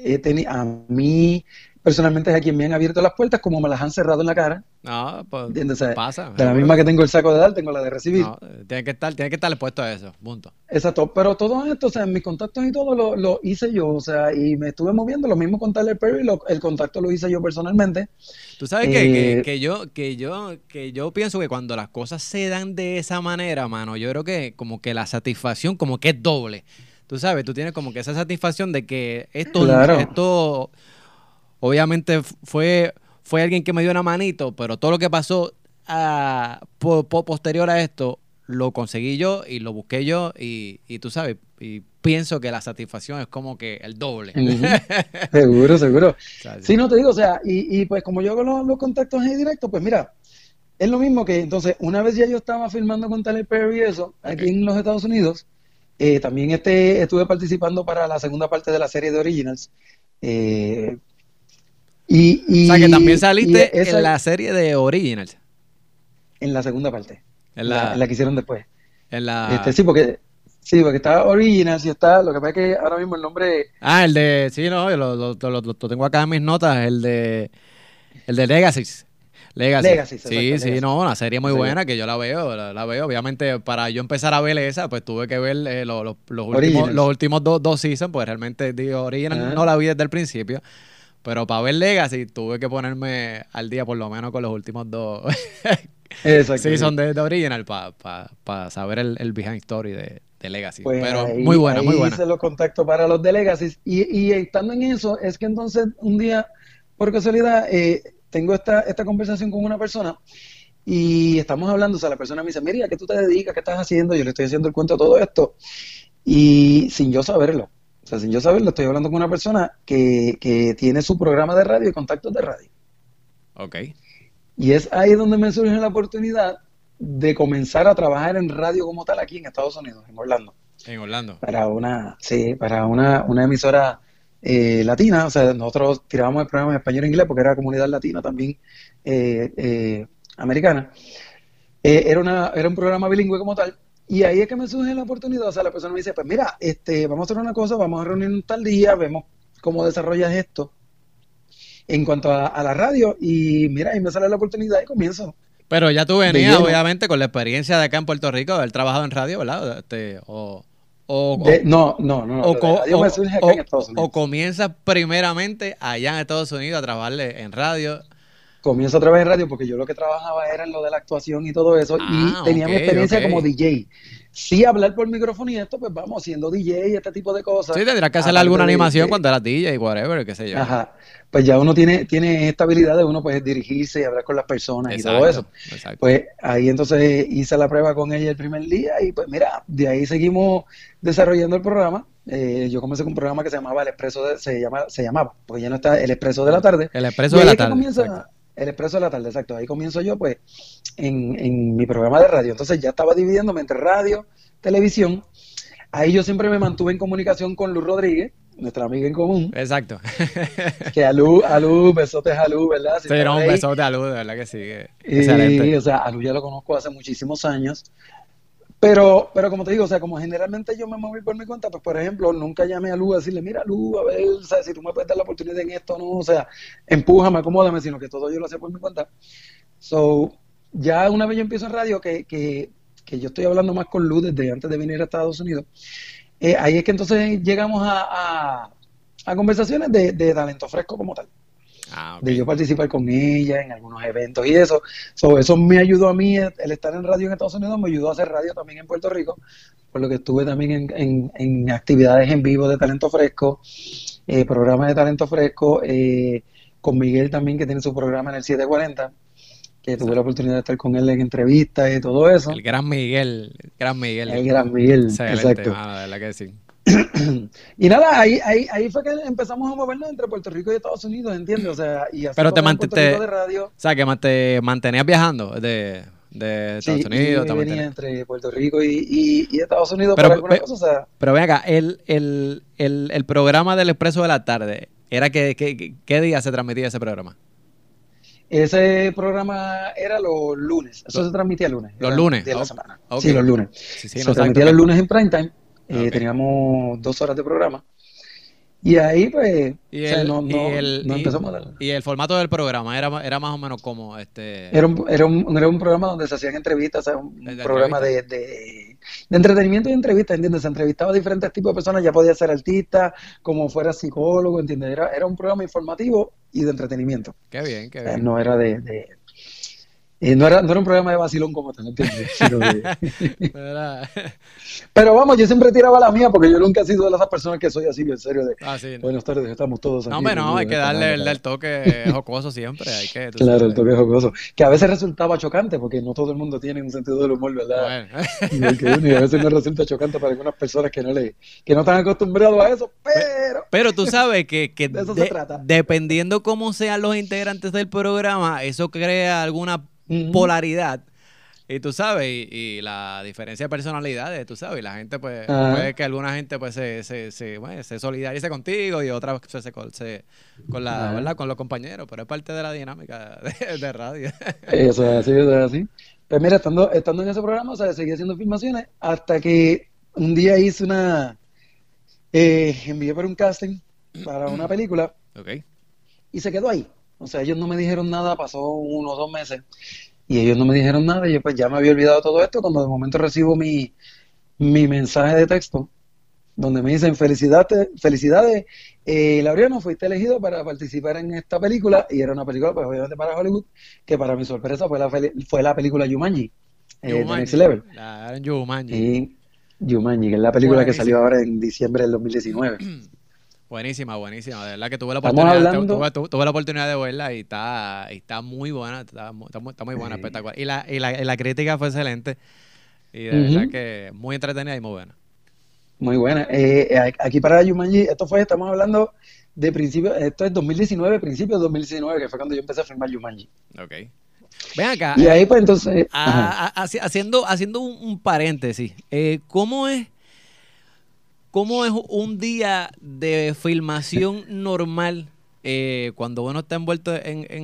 Speaker 2: a mí personalmente es a quien me han abierto las puertas, como me las han cerrado en la cara,
Speaker 1: qué? No, pues
Speaker 2: ¿entiendes? O sea,
Speaker 1: pasa,
Speaker 2: de la
Speaker 1: seguro
Speaker 2: misma
Speaker 1: que
Speaker 2: que
Speaker 1: sí.
Speaker 2: tengo el saco de dar, tengo la de recibir.
Speaker 1: No, tiene que estar expuesto a eso, punto.
Speaker 2: Exacto, pero todo esto, o sea, mis contactos y todo lo hice yo, o sea, y me estuve moviendo, lo mismo con Tyler Perry, el contacto lo hice yo personalmente.
Speaker 1: Tú sabes
Speaker 2: Eh,
Speaker 1: que yo pienso que cuando las cosas se dan de esa manera, mano, yo creo que como que la satisfacción como que es doble. Tú sabes, tú tienes como que esa satisfacción de que esto,
Speaker 2: claro.
Speaker 1: esto obviamente fue alguien que me dio una manito, pero todo lo que pasó posterior a esto lo conseguí yo y lo busqué yo y tú sabes, y pienso que la satisfacción es como que el doble.
Speaker 2: Ujú. Seguro, seguro.
Speaker 1: O sea,
Speaker 2: Sí, no te digo, o sea, y pues como yo hago los contactos en directo, pues mira, es lo mismo que entonces, una vez ya yo estaba filmando con Tyler Perry y eso,
Speaker 1: ok.
Speaker 2: aquí en los Estados Unidos, también estuve participando para la segunda parte de la serie de Originals. eh, y,
Speaker 1: O sea, que también
Speaker 2: y
Speaker 1: saliste en
Speaker 2: esa
Speaker 1: la serie de Originals,
Speaker 2: en la segunda parte,
Speaker 1: en
Speaker 2: en
Speaker 1: la,
Speaker 2: la que hicieron después.
Speaker 1: en la,
Speaker 2: Sí, porque está Originals y está, lo que pasa es que ahora mismo el nombre
Speaker 1: el de, sí, no, yo lo tengo acá en mis notas, el de Legacy. Legacy.
Speaker 2: Legacy, exacto,
Speaker 1: Sí, sí,
Speaker 2: Legacy.
Speaker 1: no, una serie muy
Speaker 2: Exacto.
Speaker 1: buena que yo la veo. Obviamente, para yo empezar a ver esa, pues tuve que ver los
Speaker 2: Originals.
Speaker 1: últimos dos seasons, pues realmente, digo, Original no
Speaker 2: Ajá,
Speaker 1: la vi desde el principio, pero para ver Legacy tuve que ponerme al día por lo menos con los últimos dos
Speaker 2: exacto,
Speaker 1: seasons
Speaker 2: sí.
Speaker 1: de Original para saber el behind story de Legacy.
Speaker 2: Pues
Speaker 1: Pero muy
Speaker 2: ahí,
Speaker 1: buena, muy
Speaker 2: ahí
Speaker 1: buena.
Speaker 2: hice los contactos para los de Legacy. Y estando en eso, es que entonces un día, por casualidad, tengo esta conversación con una persona y estamos hablando, o sea, la persona me dice, mira, ¿a qué tú te dedicas? ¿Qué estás haciendo? Yo le estoy haciendo el cuento de todo esto. Y sin yo saberlo, o sea, sin yo saberlo, estoy hablando con una persona que tiene su programa de radio y contactos de radio.
Speaker 1: Ok,
Speaker 2: Y es ahí donde me surge la oportunidad de comenzar a trabajar en radio como tal aquí en Estados Unidos, en Orlando,
Speaker 1: en Orlando.
Speaker 2: para una emisora latina. O sea, nosotros tirábamos el programa en español e inglés porque era comunidad latina también, americana. Era un programa bilingüe como tal. Y ahí es que me surge la oportunidad. O sea, la persona me dice, pues mira, vamos a hacer una cosa, vamos a reunirnos tal día, vemos cómo desarrollas esto en cuanto a la radio. Y mira, ahí me sale la oportunidad y comienzo
Speaker 1: Pero ya tú
Speaker 2: de
Speaker 1: venías,
Speaker 2: lleno.
Speaker 1: obviamente, con la experiencia de acá en Puerto Rico, de haber trabajado en radio, ¿verdad? O,
Speaker 2: No, no, no,
Speaker 1: o,
Speaker 2: lo de
Speaker 1: co-
Speaker 2: radio me
Speaker 1: o,
Speaker 2: surge acá en
Speaker 1: o,
Speaker 2: Estados
Speaker 1: o
Speaker 2: Unidos.
Speaker 1: comienzas primeramente allá en Estados Unidos a trabajarle en radio.
Speaker 2: Comienzo otra vez en radio porque yo lo que trabajaba era en lo de la actuación y todo eso y
Speaker 1: Ah,
Speaker 2: tenía
Speaker 1: ok,
Speaker 2: mi
Speaker 1: ok.
Speaker 2: experiencia como DJ. Sí, hablar por micrófono y esto, pues vamos, siendo DJ y este tipo de cosas,
Speaker 1: Sí, tendrás que hacerle alguna
Speaker 2: aparte
Speaker 1: animación cuando eras DJ, whatever, qué sé yo.
Speaker 2: ajá, pues ya uno tiene esta habilidad de uno pues dirigirse y hablar con las personas y todo
Speaker 1: Exacto,
Speaker 2: eso.
Speaker 1: exacto.
Speaker 2: Pues ahí entonces hice la prueba con ella el primer día y pues mira, de ahí seguimos desarrollando el programa. Yo comencé con un programa que se llamaba se llamaba, porque ya no está, El Expreso de la Tarde.
Speaker 1: El expreso
Speaker 2: Y
Speaker 1: de
Speaker 2: ahí
Speaker 1: la
Speaker 2: es que
Speaker 1: tarde, exacto.
Speaker 2: comienza El Expreso de la Tarde, exacto. Ahí comienzo yo pues en mi programa de radio. Entonces ya estaba dividiéndome entre radio, televisión. Ahí yo siempre me mantuve en comunicación con Luz Rodríguez, nuestra amiga en común,
Speaker 1: Exacto.
Speaker 2: que a Luz, besotes a Luz, ¿verdad? Si
Speaker 1: Sí,
Speaker 2: está
Speaker 1: no,
Speaker 2: por
Speaker 1: un
Speaker 2: ahí.
Speaker 1: besote a Luz, de verdad que sí.
Speaker 2: Y,
Speaker 1: Excelente.
Speaker 2: o sea, a Luz ya lo conozco hace muchísimos años. Pero como te digo, o sea, como generalmente yo me moví por mi cuenta, pues por ejemplo, nunca llamé a Lu a decirle, mira Lu, a ver, o sea, si tú me puedes dar la oportunidad en esto, no, o sea, empújame, acomódame, sino que todo yo lo hacía por mi cuenta. So, ya una vez yo empiezo en radio, que yo estoy hablando más con Lu desde antes de venir a Estados Unidos, ahí es que entonces llegamos a conversaciones de talento fresco como tal,
Speaker 1: Ah,
Speaker 2: de yo
Speaker 1: ok.
Speaker 2: participar con ella en algunos eventos y eso. So, eso me ayudó a mí, el estar en radio en Estados Unidos me ayudó a hacer radio también en Puerto Rico, por lo que estuve también en actividades en vivo de talento fresco, programas de talento fresco, con Miguel también, que tiene su programa en el 740, que tuve la
Speaker 1: Exacto.
Speaker 2: oportunidad de estar con él en entrevistas y todo eso.
Speaker 1: El gran Miguel, el gran Miguel.
Speaker 2: El gran Miguel,
Speaker 1: Excelente,
Speaker 2: exacto.
Speaker 1: mano, de verdad que sí.
Speaker 2: Y nada, ahí fue que empezamos a movernos entre Puerto Rico y Estados Unidos, ¿entiendes? O sea, y así
Speaker 1: Pero te
Speaker 2: pasó en Puerto Rico
Speaker 1: mantente,
Speaker 2: de radio.
Speaker 1: o sea, que te mantenías viajando de Estados
Speaker 2: Sí, iba
Speaker 1: Unidos,
Speaker 2: y venía entre Puerto Rico y Estados Unidos
Speaker 1: Pero,
Speaker 2: para algunas cosas. O sea,
Speaker 1: pero ven acá, el programa del Expreso de la Tarde, ¿era qué día se transmitía ese programa?
Speaker 2: ese programa era los lunes, eso
Speaker 1: Lo-
Speaker 2: se transmitía el lunes,
Speaker 1: los
Speaker 2: era un
Speaker 1: lunes.
Speaker 2: día de la
Speaker 1: Ok.
Speaker 2: semana.
Speaker 1: Ok.
Speaker 2: Sí, los lunes.
Speaker 1: Sí, sí, no,
Speaker 2: Se
Speaker 1: exacto.
Speaker 2: transmitía los lunes en prime time,
Speaker 1: Ok.
Speaker 2: teníamos 2 horas de programa. Y ahí, pues, o
Speaker 1: Y
Speaker 2: sea,
Speaker 1: el,
Speaker 2: no,
Speaker 1: y
Speaker 2: no,
Speaker 1: el,
Speaker 2: no
Speaker 1: y,
Speaker 2: empezamos a dar.
Speaker 1: y el formato del programa era más o menos como
Speaker 2: Era un programa donde se hacían entrevistas, o sea, un
Speaker 1: de
Speaker 2: programa
Speaker 1: entrevista.
Speaker 2: de entretenimiento y entrevistas, ¿entiendes? Se entrevistaba a diferentes tipos de personas, ya podía ser artista, como fuera psicólogo, ¿entiendes? Era un programa informativo y de entretenimiento.
Speaker 1: Qué bien,
Speaker 2: O
Speaker 1: qué
Speaker 2: sea,
Speaker 1: bien.
Speaker 2: no era No era un programa de vacilón como te, ¿no entiendes?
Speaker 1: Era-
Speaker 2: Pero vamos, yo siempre tiraba la mía porque yo nunca he sido de esas personas que soy así, en serio, de
Speaker 1: Ah, sí.
Speaker 2: buenas tardes, estamos todos
Speaker 1: No,
Speaker 2: aquí
Speaker 1: hombre, no, hay
Speaker 2: reunidos
Speaker 1: que
Speaker 2: esta
Speaker 1: darle
Speaker 2: tarde
Speaker 1: el
Speaker 2: para...
Speaker 1: toque jocoso siempre, hay que, tú
Speaker 2: Claro, el
Speaker 1: sabes.
Speaker 2: toque jocoso, que a veces resultaba chocante porque no todo el mundo tiene un sentido del humor, ¿verdad?
Speaker 1: Bueno.
Speaker 2: Igual que uno, y a veces nos resulta chocante para algunas personas que no están acostumbrados a eso,
Speaker 1: Pe-
Speaker 2: pero
Speaker 1: Pero tú sabes que
Speaker 2: de eso se trata.
Speaker 1: dependiendo cómo sean los integrantes del programa, eso crea alguna
Speaker 2: Ujú.
Speaker 1: polaridad. Y tú sabes, y la diferencia de personalidades, tú sabes, y la gente pues, puede
Speaker 2: Ajá,
Speaker 1: que alguna gente pues bueno, se solidarice contigo y otra con la,
Speaker 2: ajá.
Speaker 1: ¿verdad? Con los compañeros, pero es parte de la dinámica de radio.
Speaker 2: Eso es así, eso es así. Pues mira, estando en ese programa, o sea, seguí haciendo filmaciones hasta que un día envié para un casting para una película
Speaker 1: Ok.
Speaker 2: y se quedó ahí. O sea, ellos no me dijeron nada, pasó 1 o 2 meses y ellos no me dijeron nada y yo pues ya me había olvidado todo esto cuando de momento recibo mi mensaje de texto donde me dicen felicidades, felicidades, Laureano, fuiste elegido para participar en esta película y era una película pues obviamente para Hollywood que para mi sorpresa fue la película Jumanji, The Next
Speaker 1: Jumanji,
Speaker 2: Level.
Speaker 1: la Jumanji.
Speaker 2: Y Jumanji, que es la película que salió
Speaker 1: Buenísima.
Speaker 2: ahora en diciembre del 2019.
Speaker 1: Buenísima, buenísima. De verdad que tuve la
Speaker 2: Estamos
Speaker 1: oportunidad,
Speaker 2: hablando,
Speaker 1: tuve la oportunidad de verla y está muy buena, está muy buena,
Speaker 2: eh,
Speaker 1: espectacular. Y la crítica fue excelente y de verdad
Speaker 2: ujú,
Speaker 1: que muy entretenida y muy buena.
Speaker 2: muy buena. Aquí para Jumanji, estamos hablando de principio, esto es 2019, principios de 2019, que fue cuando yo empecé a filmar Jumanji.
Speaker 1: Ok. Ven acá,
Speaker 2: Y ahí pues entonces, ajá.
Speaker 1: haciendo un paréntesis, ¿cómo es un día de filmación normal cuando uno está envuelto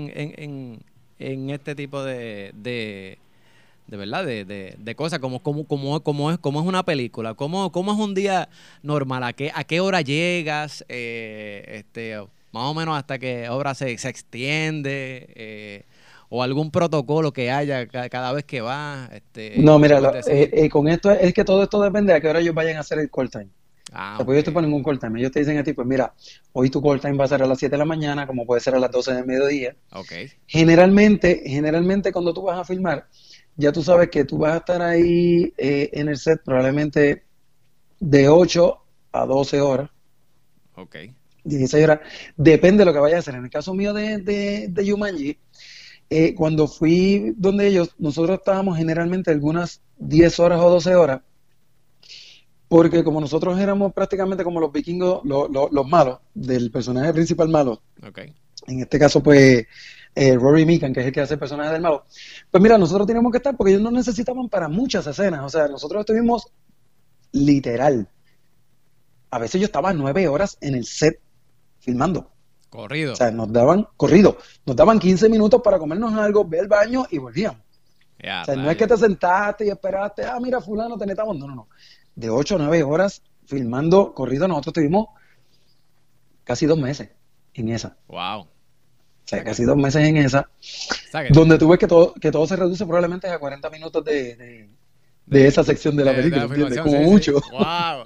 Speaker 1: en este tipo de verdad, de cosas, como es una película? ¿Cómo es un día normal? ¿A qué hora llegas? Más o menos hasta qué hora se extiende, o algún protocolo que haya cada vez que vas,
Speaker 2: No,
Speaker 1: que
Speaker 2: mira,
Speaker 1: puedes decir.
Speaker 2: con esto es que todo esto depende de a qué hora ellos vayan a hacer el call time. O
Speaker 1: Ah,
Speaker 2: sea, pues
Speaker 1: ok,
Speaker 2: ellos te ponen un call time. Ellos te dicen a ti, pues mira, hoy tu call time va a ser a las 7 de la mañana, como puede ser a las 12 del mediodía.
Speaker 1: ok,
Speaker 2: Generalmente cuando tú vas a filmar, ya tú sabes que tú vas a estar ahí en el set probablemente de 8 a 12 horas,
Speaker 1: ok,
Speaker 2: 16 horas, depende de lo que vayas a hacer. En el caso mío de Jumanji, cuando fui donde ellos, nosotros estábamos generalmente algunas 10 horas o 12 horas, porque como nosotros éramos prácticamente como los vikingos, los malos, del personaje principal malo,
Speaker 1: ok.
Speaker 2: en este caso pues Rory Meekan, que es el que hace el personaje del malo, pues mira, nosotros teníamos que estar porque ellos nos necesitaban para muchas escenas, o sea, nosotros estuvimos literal, a veces yo estaba 9 horas en el set filmando, o
Speaker 1: Corrido.
Speaker 2: sea, nos daban corrido, nos daban 15 minutos para comernos algo, ver el baño y volvíamos. O
Speaker 1: Ya,
Speaker 2: sea, no es que
Speaker 1: rayo.
Speaker 2: te sentaste y esperaste, mira, fulano, te necesitamos. No, no, no. De 8 a 9 horas filmando corrido, nosotros tuvimos casi 2 meses en esa.
Speaker 1: Wow. O
Speaker 2: O sea,
Speaker 1: sea
Speaker 2: casi 2 meses en esa,
Speaker 1: que
Speaker 2: donde tú ves que todo se reduce probablemente a 40 minutos de esa sección de la
Speaker 1: de
Speaker 2: película,
Speaker 1: la
Speaker 2: ¿entiendes?
Speaker 1: filmación,
Speaker 2: Como
Speaker 1: sí, sí.
Speaker 2: mucho.
Speaker 1: Wow.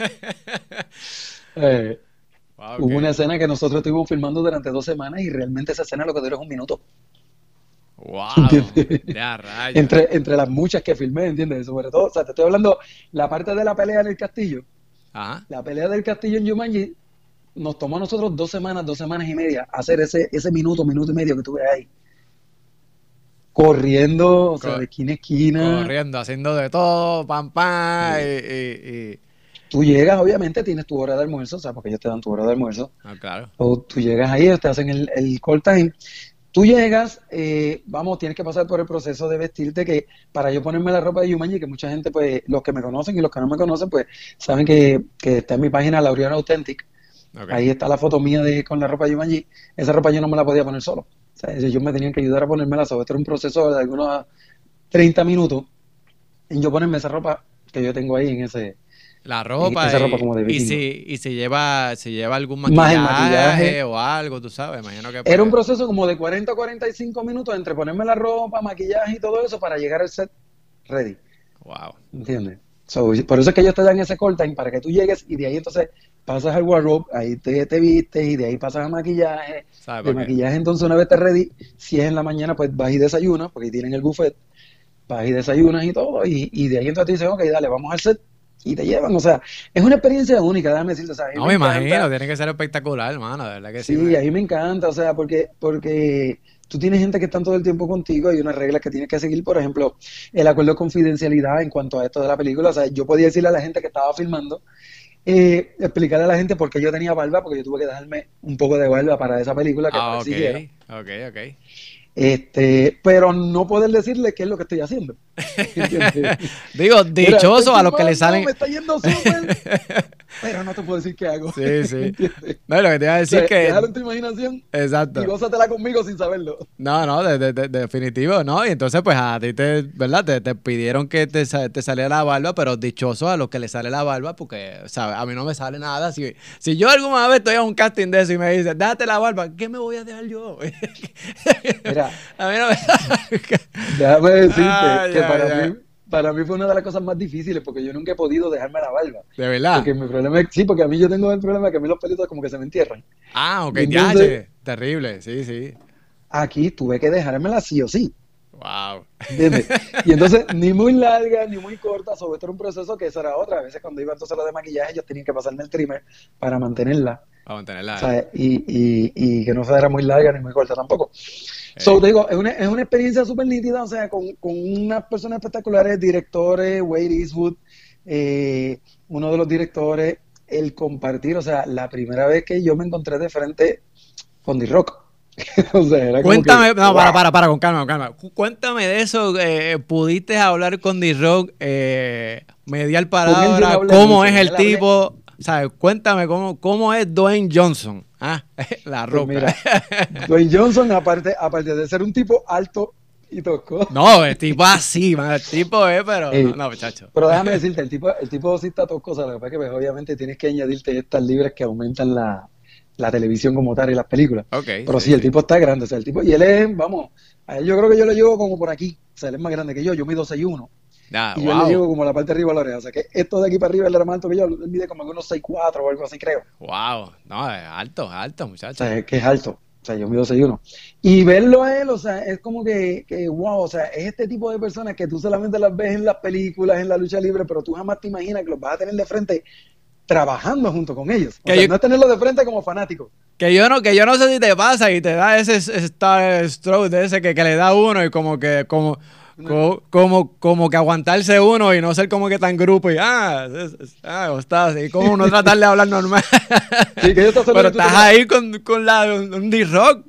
Speaker 2: Eh,
Speaker 1: Wow,
Speaker 2: Hubo una
Speaker 1: que.
Speaker 2: escena que nosotros estuvimos filmando durante 2 semanas y realmente esa escena lo que duró es un minuto,
Speaker 1: Wow.
Speaker 2: ¿entiendes?
Speaker 1: Ya, rayo.
Speaker 2: Entre las muchas que filmé, ¿entiendes? Sobre todo, o sea, te estoy hablando la parte de la pelea en el castillo.
Speaker 1: Ajá.
Speaker 2: La pelea del castillo en Jumanji nos tomó a nosotros 2 semanas y media hacer ese minuto, minuto y medio que tuve ahí. Corriendo, o sea, de
Speaker 1: Co-
Speaker 2: esquina a esquina.
Speaker 1: corriendo, haciendo de todo, pam, pam.
Speaker 2: Tú llegas, obviamente, tienes tu hora de almuerzo, o sea, porque ellos te dan tu hora de almuerzo.
Speaker 1: Ah, claro.
Speaker 2: O tú llegas ahí, ellos te hacen el call time. Tú llegas, vamos, tienes que pasar por el proceso de vestirte, que para yo ponerme la ropa de Jumanji, que mucha gente, pues, los que me conocen y los que no me conocen, pues, saben que está en mi página Laureano Authentic.
Speaker 1: Ok.
Speaker 2: Ahí está la foto mía con la ropa de Jumanji. Esa ropa yo no me la podía poner solo. O sea, ellos me tenían que ayudar a ponérmela. Esto era un proceso de algunos 30 minutos en yo ponerme esa ropa que yo tengo ahí
Speaker 1: La
Speaker 2: en
Speaker 1: ropa
Speaker 2: esa ropa como de
Speaker 1: y
Speaker 2: vikingo.
Speaker 1: si lleva algún
Speaker 2: Más el
Speaker 1: maquillaje
Speaker 2: maquillaje.
Speaker 1: o algo, tú sabes, imagino que
Speaker 2: Era un
Speaker 1: pues.
Speaker 2: proceso como de 40 a 45 minutos entre ponerme la ropa, maquillaje y todo eso para llegar al set ready.
Speaker 1: Wow.
Speaker 2: ¿Entiendes? So, por eso es que ellos te dan ese call time para que tú llegues y de ahí entonces pasas al wardrobe, ahí te vistes y de ahí pasas a maquillaje.
Speaker 1: ¿Sabes
Speaker 2: De
Speaker 1: por qué?
Speaker 2: maquillaje entonces una vez te ready, si es en la mañana pues vas y desayunas, porque ahí tienen el buffet, vas y desayunas y todo, y de ahí entonces te dicen, ok, dale, vamos al set y te llevan. O sea, es una experiencia única, déjame decirte, o sea, a mí
Speaker 1: No,
Speaker 2: me
Speaker 1: me imagino,
Speaker 2: encanta.
Speaker 1: tiene que ser espectacular, hermano, de verdad que sí.
Speaker 2: Sí, a mí me encanta, o sea, porque tú tienes gente que están todo el tiempo contigo, hay unas reglas que tienes que seguir, por ejemplo, el acuerdo de confidencialidad en cuanto a esto de la película, o sea, yo podía decirle a la gente que estaba filmando, explicarle a la gente por qué yo tenía barba, porque yo tuve que dejarme un poco de barba para esa película que me lo
Speaker 1: Ah, ok,
Speaker 2: exigieron,
Speaker 1: ok, ok.
Speaker 2: pero no poder decirle qué es lo que estoy haciendo, ¿entiendes?
Speaker 1: Digo,
Speaker 2: Mira, estoy
Speaker 1: dichoso a los que le
Speaker 2: filmando,
Speaker 1: salen.
Speaker 2: me está yendo súper, pero no te puedo decir qué hago,
Speaker 1: Sí, sí.
Speaker 2: ¿entiendes?
Speaker 1: No, lo que te iba a
Speaker 2: O
Speaker 1: decir
Speaker 2: sea,
Speaker 1: que.
Speaker 2: déjalo en tu imaginación y
Speaker 1: Exacto.
Speaker 2: gózatela conmigo sin saberlo.
Speaker 1: No, no, definitivo, ¿no? Y entonces, pues a ti ¿verdad? Te pidieron que te saliera la barba, pero dichoso a los que le sale la barba, porque, ¿sabes? A mí no me sale nada. Si yo alguna vez estoy en un casting de eso y me dicen, déjate la barba, ¿qué me voy a dejar yo?
Speaker 2: Mira,
Speaker 1: A mí no me.
Speaker 2: déjame decirte
Speaker 1: Ay,
Speaker 2: que
Speaker 1: ay, ay.
Speaker 2: para mí fue una de las cosas más difíciles porque yo nunca he podido dejarme la barba.
Speaker 1: De verdad.
Speaker 2: Porque mi problema es, sí, porque a mí yo tengo el problema que a mí los pelitos como que se me entierran.
Speaker 1: Ah, ok,
Speaker 2: Y
Speaker 1: ya,
Speaker 2: entonces
Speaker 1: terrible, sí, sí.
Speaker 2: aquí tuve que dejármela sí o sí,
Speaker 1: Wow.
Speaker 2: ¿entiendes? Y entonces ni muy larga ni muy corta, sobre todo era un proceso que eso era otra. A veces cuando iba entonces a lo de maquillaje yo tenía que pasarme el trimmer para mantenerla,
Speaker 1: Vamos a tenerla.
Speaker 2: ¿sabes? Y que no se era muy larga ni muy corta tampoco. So,
Speaker 1: Ey.
Speaker 2: te digo, es una experiencia súper nítida, o sea, con unas personas espectaculares, directores, Wade Eastwood, uno de los directores, el compartir, o sea, la primera vez que yo me encontré de frente con D-Rock, o sea, era como que,
Speaker 1: Cuéntame, no,
Speaker 2: wow.
Speaker 1: con calma, con calma. Cuéntame de eso. ¿Pudiste hablar con D-Rock, mediar
Speaker 2: Con él yo no
Speaker 1: palabra?
Speaker 2: hablé
Speaker 1: ¿Cómo
Speaker 2: mucho,
Speaker 1: es
Speaker 2: con
Speaker 1: el
Speaker 2: él hablé,
Speaker 1: tipo? ¿Sabes? Cuéntame cómo es Dwayne Johnson. Ah, la
Speaker 2: pues
Speaker 1: roca.
Speaker 2: mira, Dwayne Johnson, aparte de ser un tipo alto y tosco,
Speaker 1: No, el tipo así, man, el tipo es, pero no,
Speaker 2: eh,
Speaker 1: no, muchacho.
Speaker 2: pero déjame decirte, el tipo sí está tosco, o sea, lo que pasa es que pues, obviamente tienes que añadirte estas libras que aumentan la televisión como tal y las películas.
Speaker 1: Ok,
Speaker 2: Pero
Speaker 1: sí,
Speaker 2: sí, el
Speaker 1: sí.
Speaker 2: tipo está grande, o sea, el tipo, y él es, vamos, a él yo creo que yo le llevo como por aquí, o sea, él es más grande que yo mido 6'1",
Speaker 1: Ya,
Speaker 2: y yo le
Speaker 1: wow,
Speaker 2: llevo como la parte de arriba de la oreja, o sea, que esto de aquí para arriba él era más alto que yo, él mide como algunos 6'4" o algo así, creo.
Speaker 1: wow. No, es alto, alto,
Speaker 2: O
Speaker 1: muchacho.
Speaker 2: sea, es que es alto, o sea, yo mido 6'1". Y verlo a él, o sea, es como que, wow, o sea, es este tipo de personas que tú solamente las ves en las películas, en la lucha libre, pero tú jamás te imaginas que los vas a tener de frente trabajando junto con ellos. O
Speaker 1: Que
Speaker 2: sea,
Speaker 1: yo,
Speaker 2: no es tenerlo de frente como fanático.
Speaker 1: que yo no sé si te pasa y te da ese Star Stroke de ese que le da uno y como que, como que aguantarse uno y no ser como que tan grupo y está así, como uno tratar de hablar normal.
Speaker 2: Sí, que ellos te
Speaker 1: Pero
Speaker 2: saludan y tú te
Speaker 1: estás
Speaker 2: quedas.
Speaker 1: ahí con un D-Rock.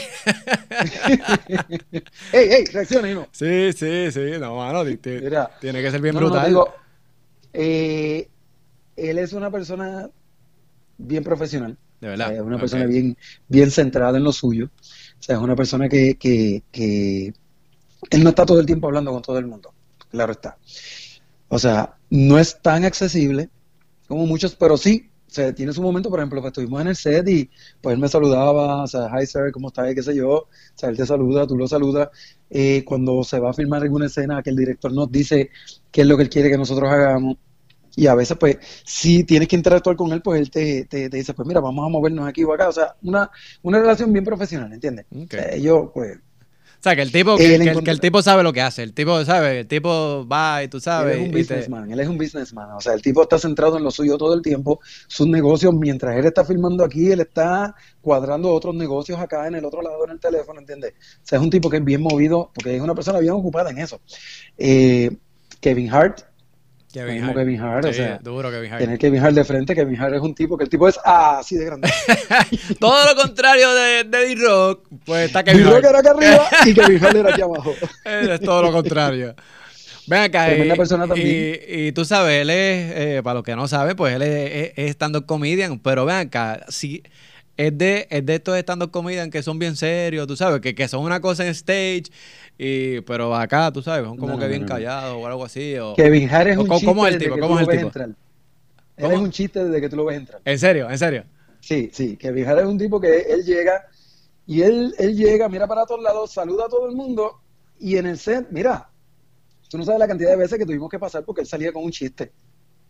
Speaker 2: ¡Ey, ey! Reacciona y no.
Speaker 1: Sí, sí, sí, no, mano,
Speaker 2: Mira,
Speaker 1: tiene que ser bien
Speaker 2: no, no, no, te
Speaker 1: brutal.
Speaker 2: digo, eh, él es una persona bien profesional,
Speaker 1: De
Speaker 2: o sea,
Speaker 1: verdad,
Speaker 2: es una
Speaker 1: ok.
Speaker 2: persona bien centrada en lo suyo, o sea, es una persona que él no está todo el tiempo hablando con todo el mundo, claro está. O sea, no es tan accesible como muchos, pero sí, o sea, tiene su momento, por ejemplo, pues estuvimos en el set y pues él me saludaba, o sea, hi sir, ¿cómo estás? ¿Qué sé yo? O sea, él te saluda, tú lo saludas. Cuando se va a filmar alguna escena que el director nos dice qué es lo que él quiere que nosotros hagamos, y a veces, pues, si tienes que interactuar con él, pues él te dice, pues mira, vamos a movernos aquí o acá. O sea, una relación bien profesional, ¿entiendes?
Speaker 1: Ok.
Speaker 2: O sea, ellos, pues,
Speaker 1: O sea, que el tipo,
Speaker 2: él
Speaker 1: que el
Speaker 2: encontró,
Speaker 1: tipo sabe lo que hace. El tipo sabe, el tipo va y tú sabes,
Speaker 2: él es un businessman. O sea, el tipo está centrado en lo suyo todo el tiempo, sus negocios, mientras él está filmando aquí, él está cuadrando otros negocios acá en el otro lado en el teléfono, ¿entiendes? O sea, es un tipo que es bien movido, porque es una persona bien ocupada en eso. Eh, Kevin Hart, el
Speaker 1: Kevin
Speaker 2: mismo
Speaker 1: Hart.
Speaker 2: Kevin Hart, o
Speaker 1: Sí,
Speaker 2: sea,
Speaker 1: duro Kevin Hart.
Speaker 2: tener Kevin Hart de frente, Kevin Hart es un tipo que el tipo es así de grande.
Speaker 1: Todo lo contrario de D-Rock, pues está Kevin
Speaker 2: D-Rock
Speaker 1: Hart.
Speaker 2: era acá arriba y Kevin Hart era aquí abajo.
Speaker 1: Es todo lo contrario. Ven acá,
Speaker 2: Tremenda persona también.
Speaker 1: y tú sabes, él es, para los que no saben, pues él es stand-up comedian, pero ven acá, si es de estos stand-up comedian que son bien serios, tú sabes, que son una cosa en stage, pero acá, tú sabes, son
Speaker 2: No,
Speaker 1: como
Speaker 2: no,
Speaker 1: que
Speaker 2: no,
Speaker 1: bien
Speaker 2: no, no.
Speaker 1: callados o algo así,
Speaker 2: Kevin Hart es
Speaker 1: o
Speaker 2: un
Speaker 1: ¿cómo
Speaker 2: chiste
Speaker 1: es el
Speaker 2: desde
Speaker 1: tipo?
Speaker 2: que tú
Speaker 1: ¿Cómo es
Speaker 2: lo
Speaker 1: el
Speaker 2: ves
Speaker 1: tipo?
Speaker 2: entrar. Él es
Speaker 1: ¿Cómo?
Speaker 2: un chiste desde que tú lo ves entrar.
Speaker 1: ¿En serio? ¿En serio?
Speaker 2: Sí, sí, Kevin Hart es un tipo que él llega y él llega, mira para todos lados, saluda a todo el mundo y en el set, mira, tú no sabes la cantidad de veces que tuvimos que pasar porque él salía con un chiste.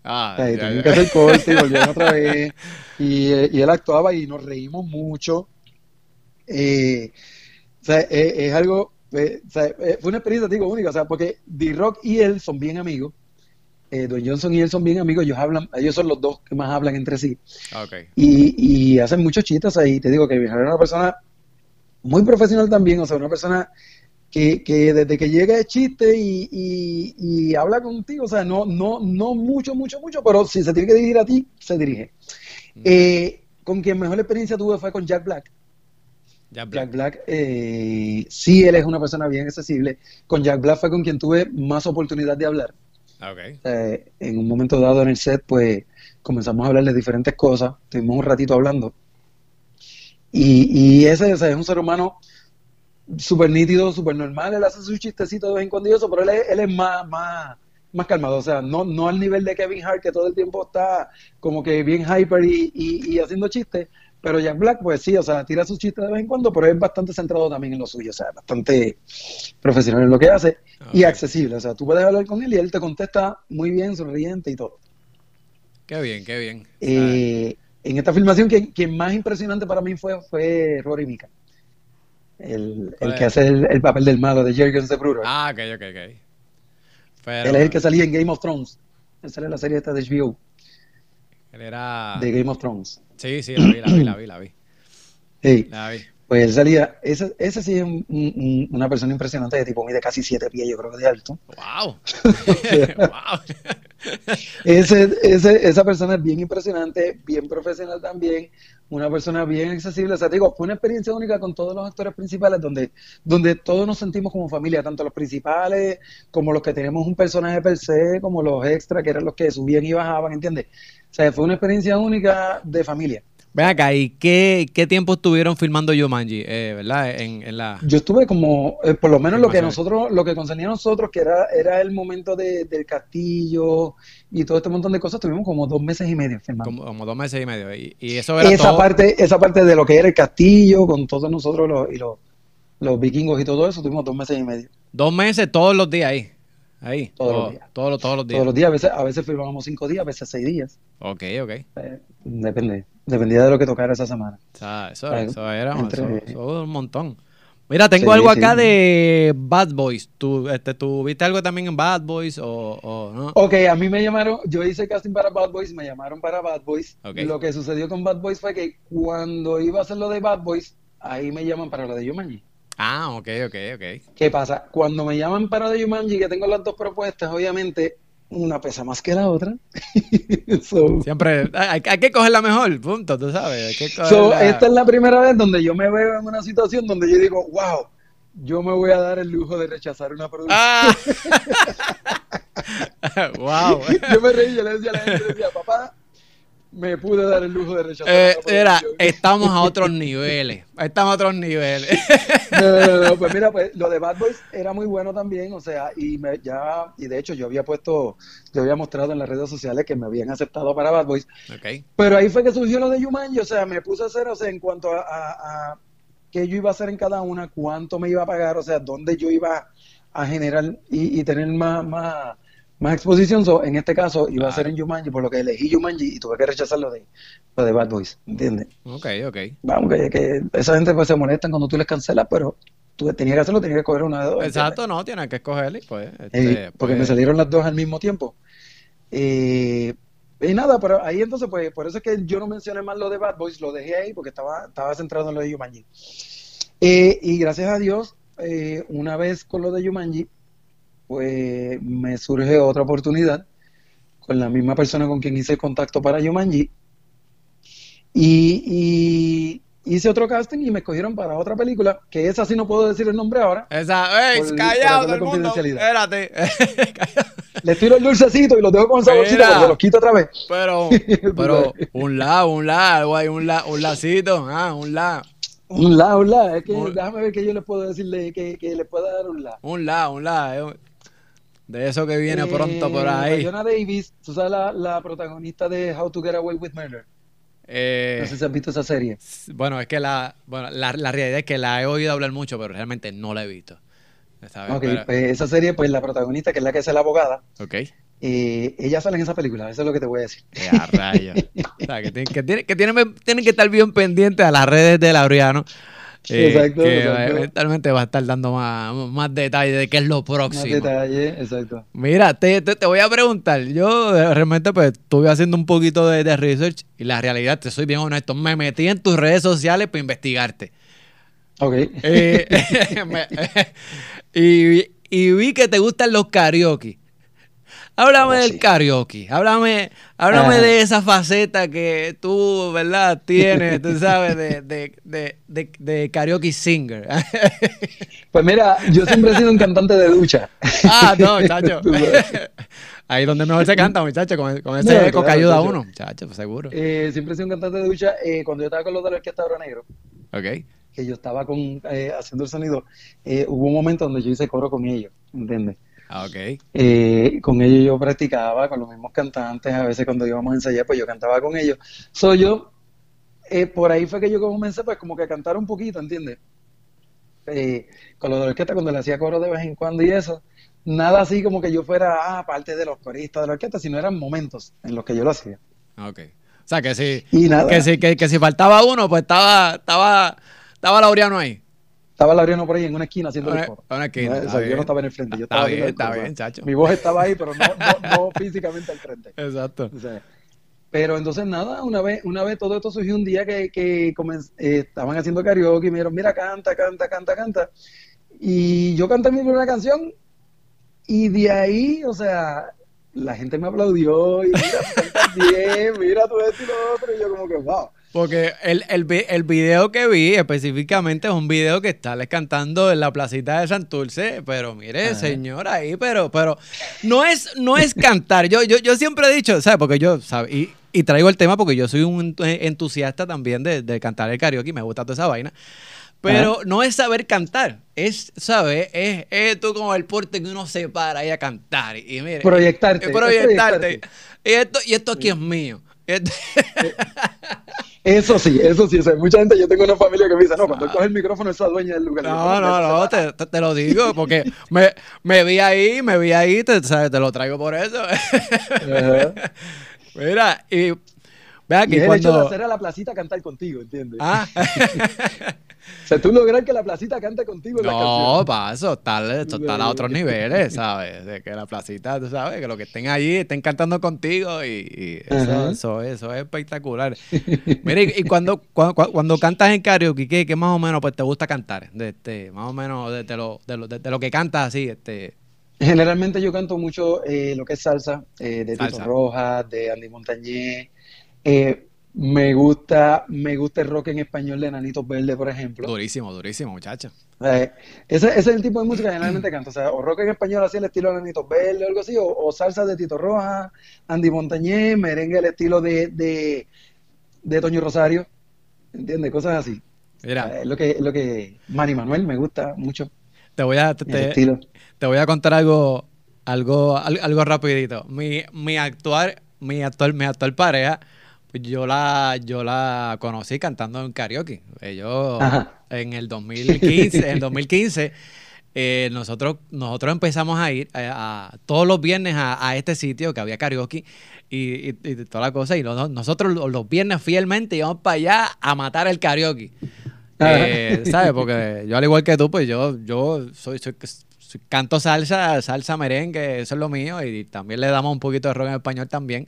Speaker 1: Ah,
Speaker 2: O sea,
Speaker 1: ya,
Speaker 2: tenían
Speaker 1: ya.
Speaker 2: que hacer corte y volvían otra vez. Y él actuaba y nos reímos mucho. Eh, o sea, es algo, o sea, fue una experiencia, te digo, única, o sea, porque D-Rock y él son bien amigos. Dwayne Johnson y él son bien amigos, ellos son los dos que más hablan entre sí.
Speaker 1: Ok.
Speaker 2: Y hacen muchos chistes ahí. Te digo que Kevin Hart era una persona muy profesional también, o sea, una persona que desde que llega es chiste y habla contigo, o sea, no mucho, mucho, mucho, pero si se tiene que dirigir a ti, se dirige.
Speaker 1: Ok.
Speaker 2: Con quien mejor experiencia tuve fue con Jack Black.
Speaker 1: Jack Black.
Speaker 2: Jack Black, sí, él es una persona bien accesible. Con Jack Black fue con quien tuve más oportunidad de hablar.
Speaker 1: Ok.
Speaker 2: En un momento dado en el set, pues comenzamos a hablar de diferentes cosas, estuvimos un ratito hablando. Y ese, o sea, es un ser humano súper nítido, súper normal, él hace sus chistecitos de vez en cuando y eso, pero él es más calmado, o sea, no al nivel de Kevin Hart, que todo el tiempo está como que bien hyper y haciendo chistes, pero Jack Black, pues sí, o sea, tira sus chistes de vez en cuando, pero es bastante centrado también en lo suyo, o sea, bastante profesional en lo que hace y
Speaker 1: Ok.
Speaker 2: accesible, o sea, tú puedes hablar con él y él te contesta muy bien, sonriente y todo.
Speaker 1: Qué bien, qué bien. O sea,
Speaker 2: En esta filmación, quien más impresionante para mí fue Rory Mika,
Speaker 1: ¿cuál
Speaker 2: el que
Speaker 1: es?
Speaker 2: hace el papel del malo de Jurgens de Bruder.
Speaker 1: Ah, ok, ok, ok.
Speaker 2: Él es el
Speaker 1: Pero
Speaker 2: que salía en Game of Thrones. Esa era la serie esta de HBO,
Speaker 1: él era.
Speaker 2: de Game of Thrones.
Speaker 1: Sí, sí, la vi, la vi, la vi, la vi.
Speaker 2: Sí,
Speaker 1: La vi.
Speaker 2: pues él salía, ese sí es una persona impresionante, de tipo mide casi 7 pies, yo creo que de alto.
Speaker 1: ¡Wow!
Speaker 2: O sea,
Speaker 1: ¡Wow!
Speaker 2: esa persona es bien impresionante, bien profesional también, una persona bien accesible. O sea, te digo, fue una experiencia única con todos los actores principales donde todos nos sentimos como familia, tanto los principales como los que tenemos un personaje per se, como los extras, que eran los que subían y bajaban, ¿entiendes? O sea, fue una experiencia única de familia.
Speaker 1: Ven acá, ¿y qué tiempo estuvieron filmando Jumanji? ¿Verdad? En la
Speaker 2: Yo estuve como, por lo menos
Speaker 1: filmación.
Speaker 2: lo que concernía a nosotros, que era el momento del castillo y todo este montón de cosas, tuvimos como 2 meses y medio filmando.
Speaker 1: Como 2 meses y medio. Y eso era todo.
Speaker 2: Esa parte de lo que era el castillo, con todos nosotros los vikingos y todo eso, tuvimos 2 meses y medio,
Speaker 1: 2 meses todos los días ahí. Ahí.
Speaker 2: todos los días.
Speaker 1: Todos los
Speaker 2: Todos
Speaker 1: días.
Speaker 2: los días, a veces filmábamos 5 días, a veces 6 días.
Speaker 1: Ok, ok.
Speaker 2: Dependía de lo que tocara esa semana.
Speaker 1: O sea, eso,
Speaker 2: Eh,
Speaker 1: eso era
Speaker 2: Entre,
Speaker 1: eso un montón. Mira, tengo algo
Speaker 2: sí,
Speaker 1: acá
Speaker 2: sí.
Speaker 1: de Bad Boys. ¿Tú viste algo también en Bad Boys o no?
Speaker 2: Ok, a mí me llamaron, yo hice casting para Bad Boys, me llamaron para Bad Boys.
Speaker 1: Ok.
Speaker 2: Lo que sucedió con Bad Boys fue que cuando iba a hacer lo de Bad Boys, ahí me llaman para lo de Jumanji.
Speaker 1: Ah, ok, ok, ok.
Speaker 2: ¿Qué pasa? Cuando me llaman para de Jumanji, que tengo las dos propuestas, obviamente una pesa más que la otra. So,
Speaker 1: Siempre hay que cogerla mejor, punto, tú sabes. Hay que
Speaker 2: esta
Speaker 1: cogerla.
Speaker 2: es la primera vez donde yo me veo en una situación donde yo digo, wow, yo me voy a dar el lujo de rechazar una producción.
Speaker 1: ¡Ah! ¡Wow!
Speaker 2: Yo me reí, yo le decía a la gente, le decía, papá, me pude dar el lujo de rechazar una
Speaker 1: Mira,
Speaker 2: producción.
Speaker 1: estamos a otros niveles. Estamos a otros niveles.
Speaker 2: No, pues mira, pues lo de Bad Boys era muy bueno también, o sea, y de hecho yo había mostrado en las redes sociales que me habían aceptado para Bad Boys,
Speaker 1: Ok.
Speaker 2: pero ahí fue que surgió lo de Jumanji, o sea, me puse a hacer, o sea, en cuanto a qué yo iba a hacer en cada una, cuánto me iba a pagar, o sea, dónde yo iba a generar y tener más exposición. So, en este caso iba a ser
Speaker 1: Claro.
Speaker 2: en Jumanji, por lo que elegí Jumanji y tuve que rechazar lo de Bad Boys, ¿entiendes?
Speaker 1: Ok, ok.
Speaker 2: Vamos, que esa gente pues se molestan cuando tú les cancelas, pero tú tenías que hacerlo, tenías que coger una de dos, ¿entiendes?
Speaker 1: Exacto, no, tienes que escoger y pues,
Speaker 2: Porque me salieron las dos al mismo tiempo. Eh, y nada, pero ahí entonces, pues, por eso es que yo no mencioné más lo de Bad Boys, lo dejé ahí porque estaba centrado en lo de Jumanji. Y gracias a Dios, una vez con lo de Jumanji, pues me surge otra oportunidad con la misma persona con quien hice el contacto para Jumanji. Y hice otro casting y me escogieron para otra película, que esa sí no puedo decir el nombre ahora,
Speaker 1: ¡Ey,
Speaker 2: por
Speaker 1: callado todo
Speaker 2: razones de
Speaker 1: el mundo!
Speaker 2: confidencialidad.
Speaker 1: Espérate. Callado.
Speaker 2: Les tiro el dulcecito y los dejo con el saborcito, pero se
Speaker 1: Mira,
Speaker 2: los quito otra vez.
Speaker 1: pero,
Speaker 2: Tú sabes.
Speaker 1: algo hay, un lacito,
Speaker 2: Un la, un la. Es que
Speaker 1: un,
Speaker 2: déjame ver qué yo les puedo decirle, que les pueda dar un la.
Speaker 1: un la, de eso que viene pronto por ahí.
Speaker 2: Viola Davis, tú sabes la protagonista de How to Get Away with Murder. No sé
Speaker 1: Eh,
Speaker 2: si has visto esa serie.
Speaker 1: bueno, es que la realidad es que la he oído hablar mucho, pero realmente no la he visto. ¿Sabes?
Speaker 2: Ok, pues esa serie, pues la protagonista, que es la que es la abogada,
Speaker 1: Ok.
Speaker 2: ella sale en esa película, eso es lo que te voy a decir.
Speaker 1: A rayos. O sea, tienen que estar bien pendientes a las redes de Laureano.
Speaker 2: Exacto,
Speaker 1: Que
Speaker 2: exacto.
Speaker 1: eventualmente va a estar dando más detalles de qué es lo
Speaker 2: Más
Speaker 1: próximo.
Speaker 2: detalle, exacto.
Speaker 1: Mira, te voy a preguntar. Yo realmente pues estuve haciendo un poquito de research y la realidad, te soy bien honesto, me metí en tus redes sociales para investigarte.
Speaker 2: Ok.
Speaker 1: Eh, me- y vi que te gustan los karaoke. Háblame
Speaker 2: Oh,
Speaker 1: del
Speaker 2: sí.
Speaker 1: karaoke, háblame
Speaker 2: Ajá.
Speaker 1: de esa faceta que tú, ¿verdad? Tienes, tú sabes, de karaoke singer.
Speaker 2: Pues mira, yo siempre he sido un cantante de ducha.
Speaker 1: Ah, no, chacho.
Speaker 2: Tú sabes.
Speaker 1: Ahí donde mejor se canta, muchacho, con ese
Speaker 2: No,
Speaker 1: eco que
Speaker 2: claro,
Speaker 1: ayuda a
Speaker 2: chacho.
Speaker 1: uno, chacho, pues seguro.
Speaker 2: Siempre he sido un cantante de ducha. Cuando yo estaba con los de la Orquesta Oro Negro,
Speaker 1: Ok.
Speaker 2: que yo estaba haciendo el sonido, hubo un momento donde yo hice coro con ellos, ¿entiendes?
Speaker 1: Ah, ok.
Speaker 2: Con ellos yo practicaba, con los mismos cantantes, a veces cuando íbamos a ensayar, pues yo cantaba con ellos. Por ahí fue que yo comencé pues como que a cantar un poquito, ¿entiendes? Con los de la orquesta, cuando le hacía coro de vez en cuando y eso, nada así como que yo fuera parte de los coristas de la orquesta, sino eran momentos en los que yo lo hacía.
Speaker 1: Ok. O sea, que si,
Speaker 2: Y
Speaker 1: que
Speaker 2: nada,
Speaker 1: si, que, que si faltaba uno, pues estaba Laureano ahí.
Speaker 2: estaba Laureano por ahí en una esquina haciendo el coro.
Speaker 1: Una
Speaker 2: No,
Speaker 1: esquina,
Speaker 2: o
Speaker 1: está
Speaker 2: sea, yo no
Speaker 1: bien.
Speaker 2: estaba en el frente, yo
Speaker 1: Está
Speaker 2: estaba
Speaker 1: bien,
Speaker 2: haciendo el
Speaker 1: está
Speaker 2: coro. O sea,
Speaker 1: bien, chacho.
Speaker 2: mi voz estaba ahí, pero no físicamente al frente.
Speaker 1: Exacto.
Speaker 2: O sea, pero entonces nada, una vez todo esto surgió un día que estaban haciendo karaoke y me dijeron, mira, canta, canta, canta, canta. Y yo canté mi primera canción y de ahí, o sea, la gente me aplaudió y mira, tú cantas bien, mira tú esto y lo otro. Y yo como que, wow.
Speaker 1: Porque el video que vi específicamente es un video que está les cantando en la placita de Santurce, pero mire,
Speaker 2: Ajá,
Speaker 1: señor, ahí, pero no es cantar. Yo siempre he dicho, ¿sabes? Porque yo, ¿sabes? Y traigo el tema porque yo soy un entusiasta también de cantar el karaoke, me gusta toda esa vaina.
Speaker 2: ajá.
Speaker 1: Pero no es saber cantar, es, ¿sabes? Es tú como el porte que uno se para ahí a cantar. Y mire, y
Speaker 2: Proyectarte, es
Speaker 1: proyectarte.
Speaker 2: proyectarte.
Speaker 1: Y esto aquí es
Speaker 2: Sí.
Speaker 1: mío.
Speaker 2: Eh, Eso sí, o sea, mucha gente, yo tengo una familia que me dice, no, cuando él
Speaker 1: Ah,
Speaker 2: coge el micrófono, él se adueña del lugar. Y yo, bueno,
Speaker 1: no,
Speaker 2: de
Speaker 1: no,
Speaker 2: eso se
Speaker 1: no,
Speaker 2: trata.
Speaker 1: te lo digo, porque me vi ahí, ¿sabes? Te lo traigo por eso.
Speaker 2: Ajá.
Speaker 1: Mira, y ve
Speaker 2: Y
Speaker 1: aquí
Speaker 2: es el hecho de
Speaker 1: cuando.
Speaker 2: hacer a la placita cantar contigo, ¿entiendes?
Speaker 1: Ah,
Speaker 2: O sea, tú lograr que la placita cante contigo en las
Speaker 1: no,
Speaker 2: canciones.
Speaker 1: paso,
Speaker 2: O
Speaker 1: esto
Speaker 2: sea,
Speaker 1: está a otros niveles, ¿sabes? De que la placita, tú sabes, que los que estén allí estén cantando contigo y eso,
Speaker 2: ajá.
Speaker 1: eso es espectacular. Mira, y cuando cantas en karaoke, ¿qué más o menos pues te gusta cantar? Más o menos de lo que cantas así,
Speaker 2: Generalmente yo canto mucho lo que es salsa, de Tito
Speaker 1: salsa.
Speaker 2: Rojas, de Andy Montañez. Me gusta el rock en español de Nanitos Verdes, por ejemplo.
Speaker 1: Durísimo, durísimo, muchacho.
Speaker 2: Ese es el tipo de música que generalmente canto. O sea, o rock en español así, el estilo de Nanitos Verdes o algo así, o salsa de Tito Rojas, Andy Montañez, merengue el estilo de Toño Rosario, ¿entiendes? Cosas así. O
Speaker 1: Mira,
Speaker 2: sea, es lo que Manny Manuel me gusta mucho,
Speaker 1: te voy a, te,
Speaker 2: el
Speaker 1: te-
Speaker 2: estilo.
Speaker 1: te voy a contar algo rapidito. Mi actual pareja, pues yo la conocí cantando en karaoke. Yo
Speaker 2: Ajá.
Speaker 1: en el 2015, nosotros empezamos a ir todos los viernes a este sitio que había karaoke y toda la cosa. Y nosotros los viernes fielmente íbamos para allá a matar el karaoke.
Speaker 2: Ajá.
Speaker 1: ¿Sabes? Porque yo, al igual que tú, pues yo canto salsa, merengue, eso es lo mío. Y también le damos un poquito de rock en español también.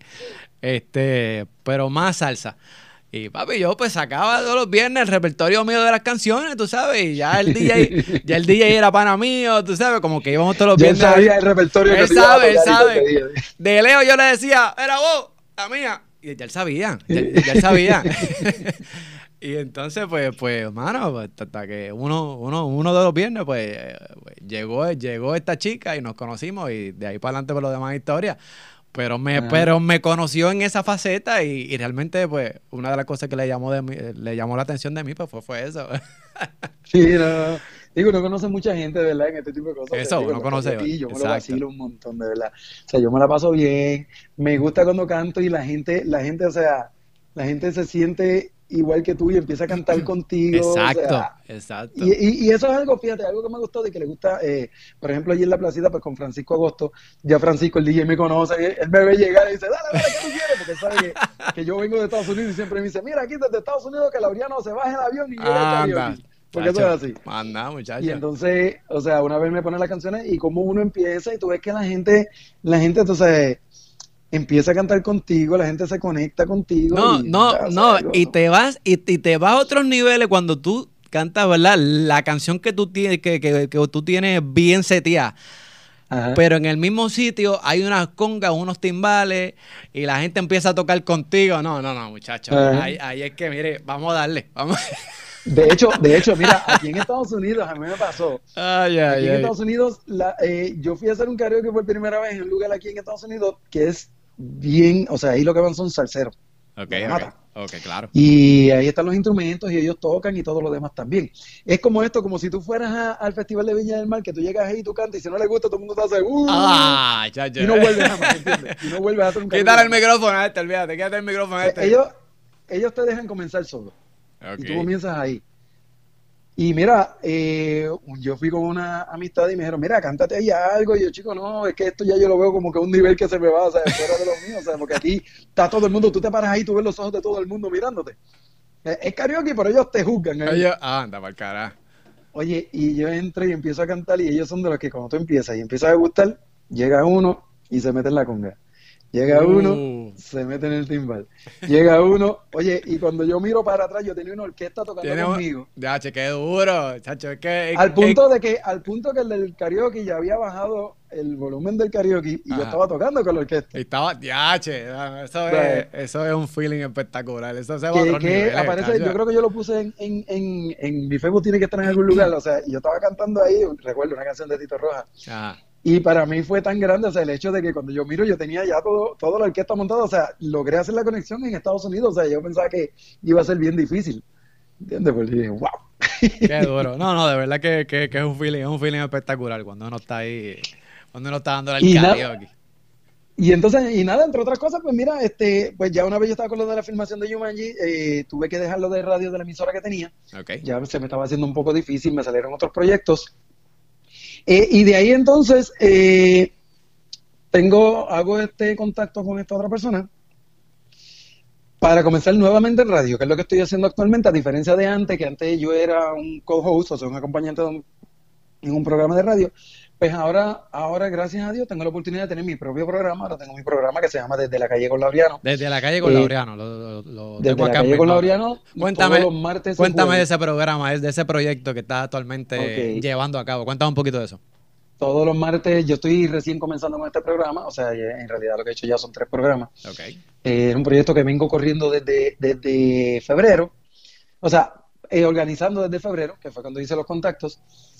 Speaker 1: Pero más salsa. Y papi, yo pues sacaba todos los viernes el repertorio mío de las canciones, tú sabes, y ya el DJ era pana mío, tú sabes, como que íbamos todos los
Speaker 2: Ya él
Speaker 1: viernes ahí.
Speaker 2: sabía el repertorio que
Speaker 1: Él
Speaker 2: te ibas a
Speaker 1: sabe, él
Speaker 2: tocar y te
Speaker 1: sabe.
Speaker 2: pedía.
Speaker 1: De Leo yo le decía, era vos, la mía. Y ya él sabía, ya él sabía. Y entonces, pues, mano, pues, hasta que uno de los viernes, pues, llegó esta chica y nos conocimos y de ahí para adelante por lo demás historia. Pero me,
Speaker 2: Ajá.
Speaker 1: pero me conoció en esa faceta y realmente, pues, una de las cosas que le llamó la atención de mí, pues, fue eso.
Speaker 2: Sí, no. Digo, uno conoce mucha gente, de verdad, en este tipo de cosas. O sea,
Speaker 1: Eso,
Speaker 2: digo, en
Speaker 1: uno
Speaker 2: los
Speaker 1: conoce,
Speaker 2: karaoke yo me lo
Speaker 1: exacto.
Speaker 2: vacilo un montón, de verdad. O sea, yo me la paso bien. Me gusta cuando canto y la gente, o sea, la gente se siente igual que tú y empieza a cantar contigo, o
Speaker 1: Exacto,
Speaker 2: sea,
Speaker 1: exacto.
Speaker 2: y eso es algo, fíjate, algo que me ha gustado y que le gusta, por ejemplo, allí en la placita, pues con Francisco Agosto, ya Francisco, el DJ me conoce, él me ve llegar y dice, dale, dale, ¿qué tú quieres? Porque él sabe que yo vengo de Estados Unidos y siempre me dice, mira, aquí desde Estados Unidos que Laureano se baje el avión y llega al
Speaker 1: Anda,
Speaker 2: karaoke, porque eso
Speaker 1: chacho,
Speaker 2: es así.
Speaker 1: anda,
Speaker 2: Y
Speaker 1: muchacho.
Speaker 2: entonces, o sea, una vez me pone las canciones y como uno empieza y tú ves que la gente entonces empieza a cantar contigo, la gente se conecta contigo
Speaker 1: No,
Speaker 2: y
Speaker 1: no,
Speaker 2: ya, o sea,
Speaker 1: no, y
Speaker 2: algo.
Speaker 1: te vas, y te vas a otros niveles cuando tú cantas, ¿verdad? La canción que tú tienes, que tú tienes bien seteada.
Speaker 2: Ajá.
Speaker 1: Pero en el mismo sitio hay unas congas, unos timbales, y la gente empieza a tocar contigo. No, no, no, muchacho.
Speaker 2: Ajá.
Speaker 1: Ahí es que, mire, vamos a darle. Vamos.
Speaker 2: De hecho, mira, aquí en Estados Unidos a mí me pasó.
Speaker 1: Ay,
Speaker 2: Aquí
Speaker 1: ay,
Speaker 2: en
Speaker 1: ay.
Speaker 2: Estados Unidos, yo fui a hacer un karaoke por primera vez en un lugar aquí en Estados Unidos que es bien, o sea, ahí lo que van son salseros,
Speaker 1: Ok,
Speaker 2: de la
Speaker 1: ok,
Speaker 2: mata.
Speaker 1: ok, claro.
Speaker 2: Y ahí están los instrumentos y ellos tocan y todo lo demás también. Es como esto, como si tú fueras al Festival de Viña del Mar, que tú llegas ahí y tú cantas y si no le gusta todo el mundo te hace
Speaker 1: Ah, chacho.
Speaker 2: y no vuelves jamás, ¿entiendes? Y no vuelves a hacer un karaoke
Speaker 1: Quítale el
Speaker 2: jamás.
Speaker 1: micrófono a este, olvídate, quítate el micrófono a
Speaker 2: Pues
Speaker 1: este.
Speaker 2: ellos te dejan comenzar solo y tú
Speaker 1: Ok.
Speaker 2: comienzas ahí. Y mira, yo fui con una amistad y me dijeron, mira, cántate ahí algo. Y yo, chico, no, es que esto ya yo lo veo como que un nivel que se me va, o sea, fuera de lo mío, o sea, porque aquí está todo el mundo, tú te paras ahí, tú ves los ojos de todo el mundo mirándote. Es karaoke, pero ellos te juzgan ahí.
Speaker 1: Oye, anda, para el carajo.
Speaker 2: Oye, y yo entro y empiezo a cantar y ellos son de los que cuando tú empiezas y empiezas a gustar, llega uno y se mete en la conga. Llega uno,
Speaker 1: Uh,
Speaker 2: se mete en el timbal. Llega uno, oye, y cuando yo miro para atrás, yo tenía una orquesta tocando
Speaker 1: tiene un...
Speaker 2: conmigo.
Speaker 1: Ya, che, qué duro, chacho, es que...
Speaker 2: Al punto que el del karaoke ya había bajado el volumen del karaoke y yo
Speaker 1: Ajá.
Speaker 2: estaba tocando con la orquesta.
Speaker 1: Y estaba, ya, che,
Speaker 2: O sea,
Speaker 1: eso es un feeling espectacular, eso se va a
Speaker 2: que,
Speaker 1: otros
Speaker 2: que
Speaker 1: niveles,
Speaker 2: aparece, yo
Speaker 1: chacho.
Speaker 2: creo que yo lo puse en mi Facebook, tiene que estar en algún lugar, o sea, y yo estaba cantando ahí, recuerdo una canción de Tito Roja,
Speaker 1: Ajá.
Speaker 2: y para mí fue tan grande, o sea, el hecho de que cuando yo miro yo tenía ya toda la orquesta montada, o sea, logré hacer la conexión en Estados Unidos, o sea, yo pensaba que iba a ser bien difícil, ¿entiendes? Pues dije, wow.
Speaker 1: Qué duro. No, no, de verdad que es un feeling espectacular cuando uno está ahí, cuando uno está dándole al
Speaker 2: Y nada,
Speaker 1: karaoke.
Speaker 2: y nada, entre otras cosas, pues mira, pues ya una vez yo estaba con lo de la filmación de Jumanji, tuve que dejarlo de radio de la emisora que tenía,
Speaker 1: Ok.
Speaker 2: ya se me estaba haciendo un poco difícil, me salieron otros proyectos, y de ahí entonces hago este contacto con esta otra persona para comenzar nuevamente en radio, que es lo que estoy haciendo actualmente, a diferencia de antes, que antes yo era un co-host, o sea, un acompañante en un programa de radio, pues ahora, gracias a Dios, tengo la oportunidad de tener mi propio programa, ahora tengo mi programa que se llama Desde la Calle con Laureano,
Speaker 1: Desde la calle con
Speaker 2: eh,
Speaker 1: Laureano, lo tengo
Speaker 2: Desde la
Speaker 1: acá en
Speaker 2: Calle
Speaker 1: mis
Speaker 2: con
Speaker 1: notas.
Speaker 2: Laureano, todos
Speaker 1: Cuéntame,
Speaker 2: los martes y
Speaker 1: cuéntame de
Speaker 2: jueves,
Speaker 1: ese programa, de ese proyecto que estás
Speaker 2: ok,
Speaker 1: actualmente llevando a cabo. Cuéntame un poquito de eso.
Speaker 2: todos los martes, yo estoy recién comenzando con este programa, o sea, en realidad lo que he hecho ya son 3 programas.
Speaker 1: Ok.
Speaker 2: Es un proyecto que vengo corriendo desde febrero, o sea, organizando desde febrero, que fue cuando hice los contactos.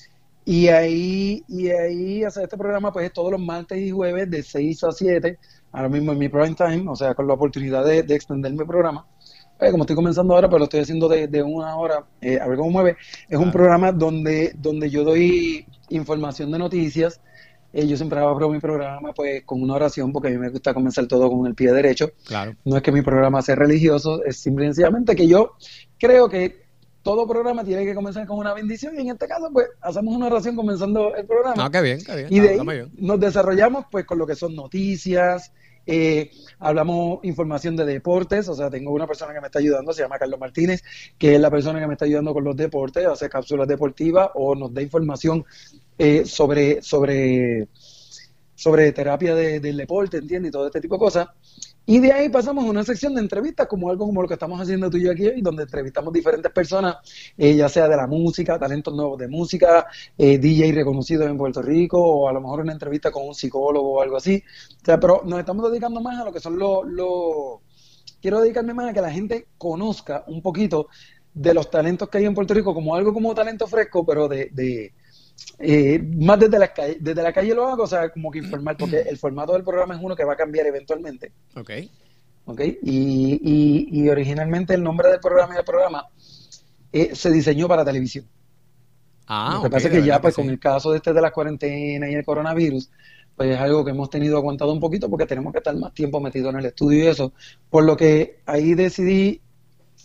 Speaker 2: Y ahí hacer este programa, pues es todos los martes y jueves de 6 a 7, ahora mismo en mi prime time, o sea, con la oportunidad de extender mi programa. Como estoy comenzando ahora, pues lo estoy haciendo de 1 hora, a ver cómo mueve. Es un
Speaker 1: Claro,
Speaker 2: programa donde yo doy información de noticias. Yo siempre abro mi programa pues con una oración, porque a mí me gusta comenzar todo con el pie derecho.
Speaker 1: claro.
Speaker 2: No es que mi programa sea religioso, es simple y sencillamente que yo creo que todo programa tiene que comenzar con una bendición y en este caso pues hacemos una oración comenzando el programa
Speaker 1: No, qué bien,
Speaker 2: y de
Speaker 1: está muy
Speaker 2: ahí
Speaker 1: bien.
Speaker 2: nos desarrollamos pues con lo que son noticias, hablamos información de deportes, o sea, tengo una persona que me está ayudando, se llama Carlos Martínez, que es la persona que me está ayudando con los deportes, hace cápsulas deportivas o nos da información sobre terapia del deporte, ¿entiendes? Y todo este tipo de cosas. Y de ahí pasamos a una sección de entrevistas, como algo como lo que estamos haciendo tú y yo aquí hoy, donde entrevistamos diferentes personas, ya sea de la música, talentos nuevos de música, DJ reconocidos en Puerto Rico, o a lo mejor una entrevista con un psicólogo o algo así. O sea, pero nos estamos dedicando más a lo que son quiero dedicarme más a que la gente conozca un poquito de los talentos que hay en Puerto Rico, como algo como talento fresco, pero más desde la calle lo hago, o sea, como que informar, porque el formato del programa es uno que va a cambiar eventualmente,
Speaker 1: Ok.
Speaker 2: ¿ok? Y originalmente el nombre del programa se diseñó para televisión. Lo
Speaker 1: Ah,
Speaker 2: que
Speaker 1: ok,
Speaker 2: pasa es
Speaker 1: de
Speaker 2: que
Speaker 1: verdad
Speaker 2: ya
Speaker 1: que
Speaker 2: pues con
Speaker 1: sí.
Speaker 2: el caso de la cuarentena y el coronavirus, pues es algo que hemos tenido aguantado un poquito porque tenemos que estar más tiempo metidos en el estudio y eso, por lo que ahí decidí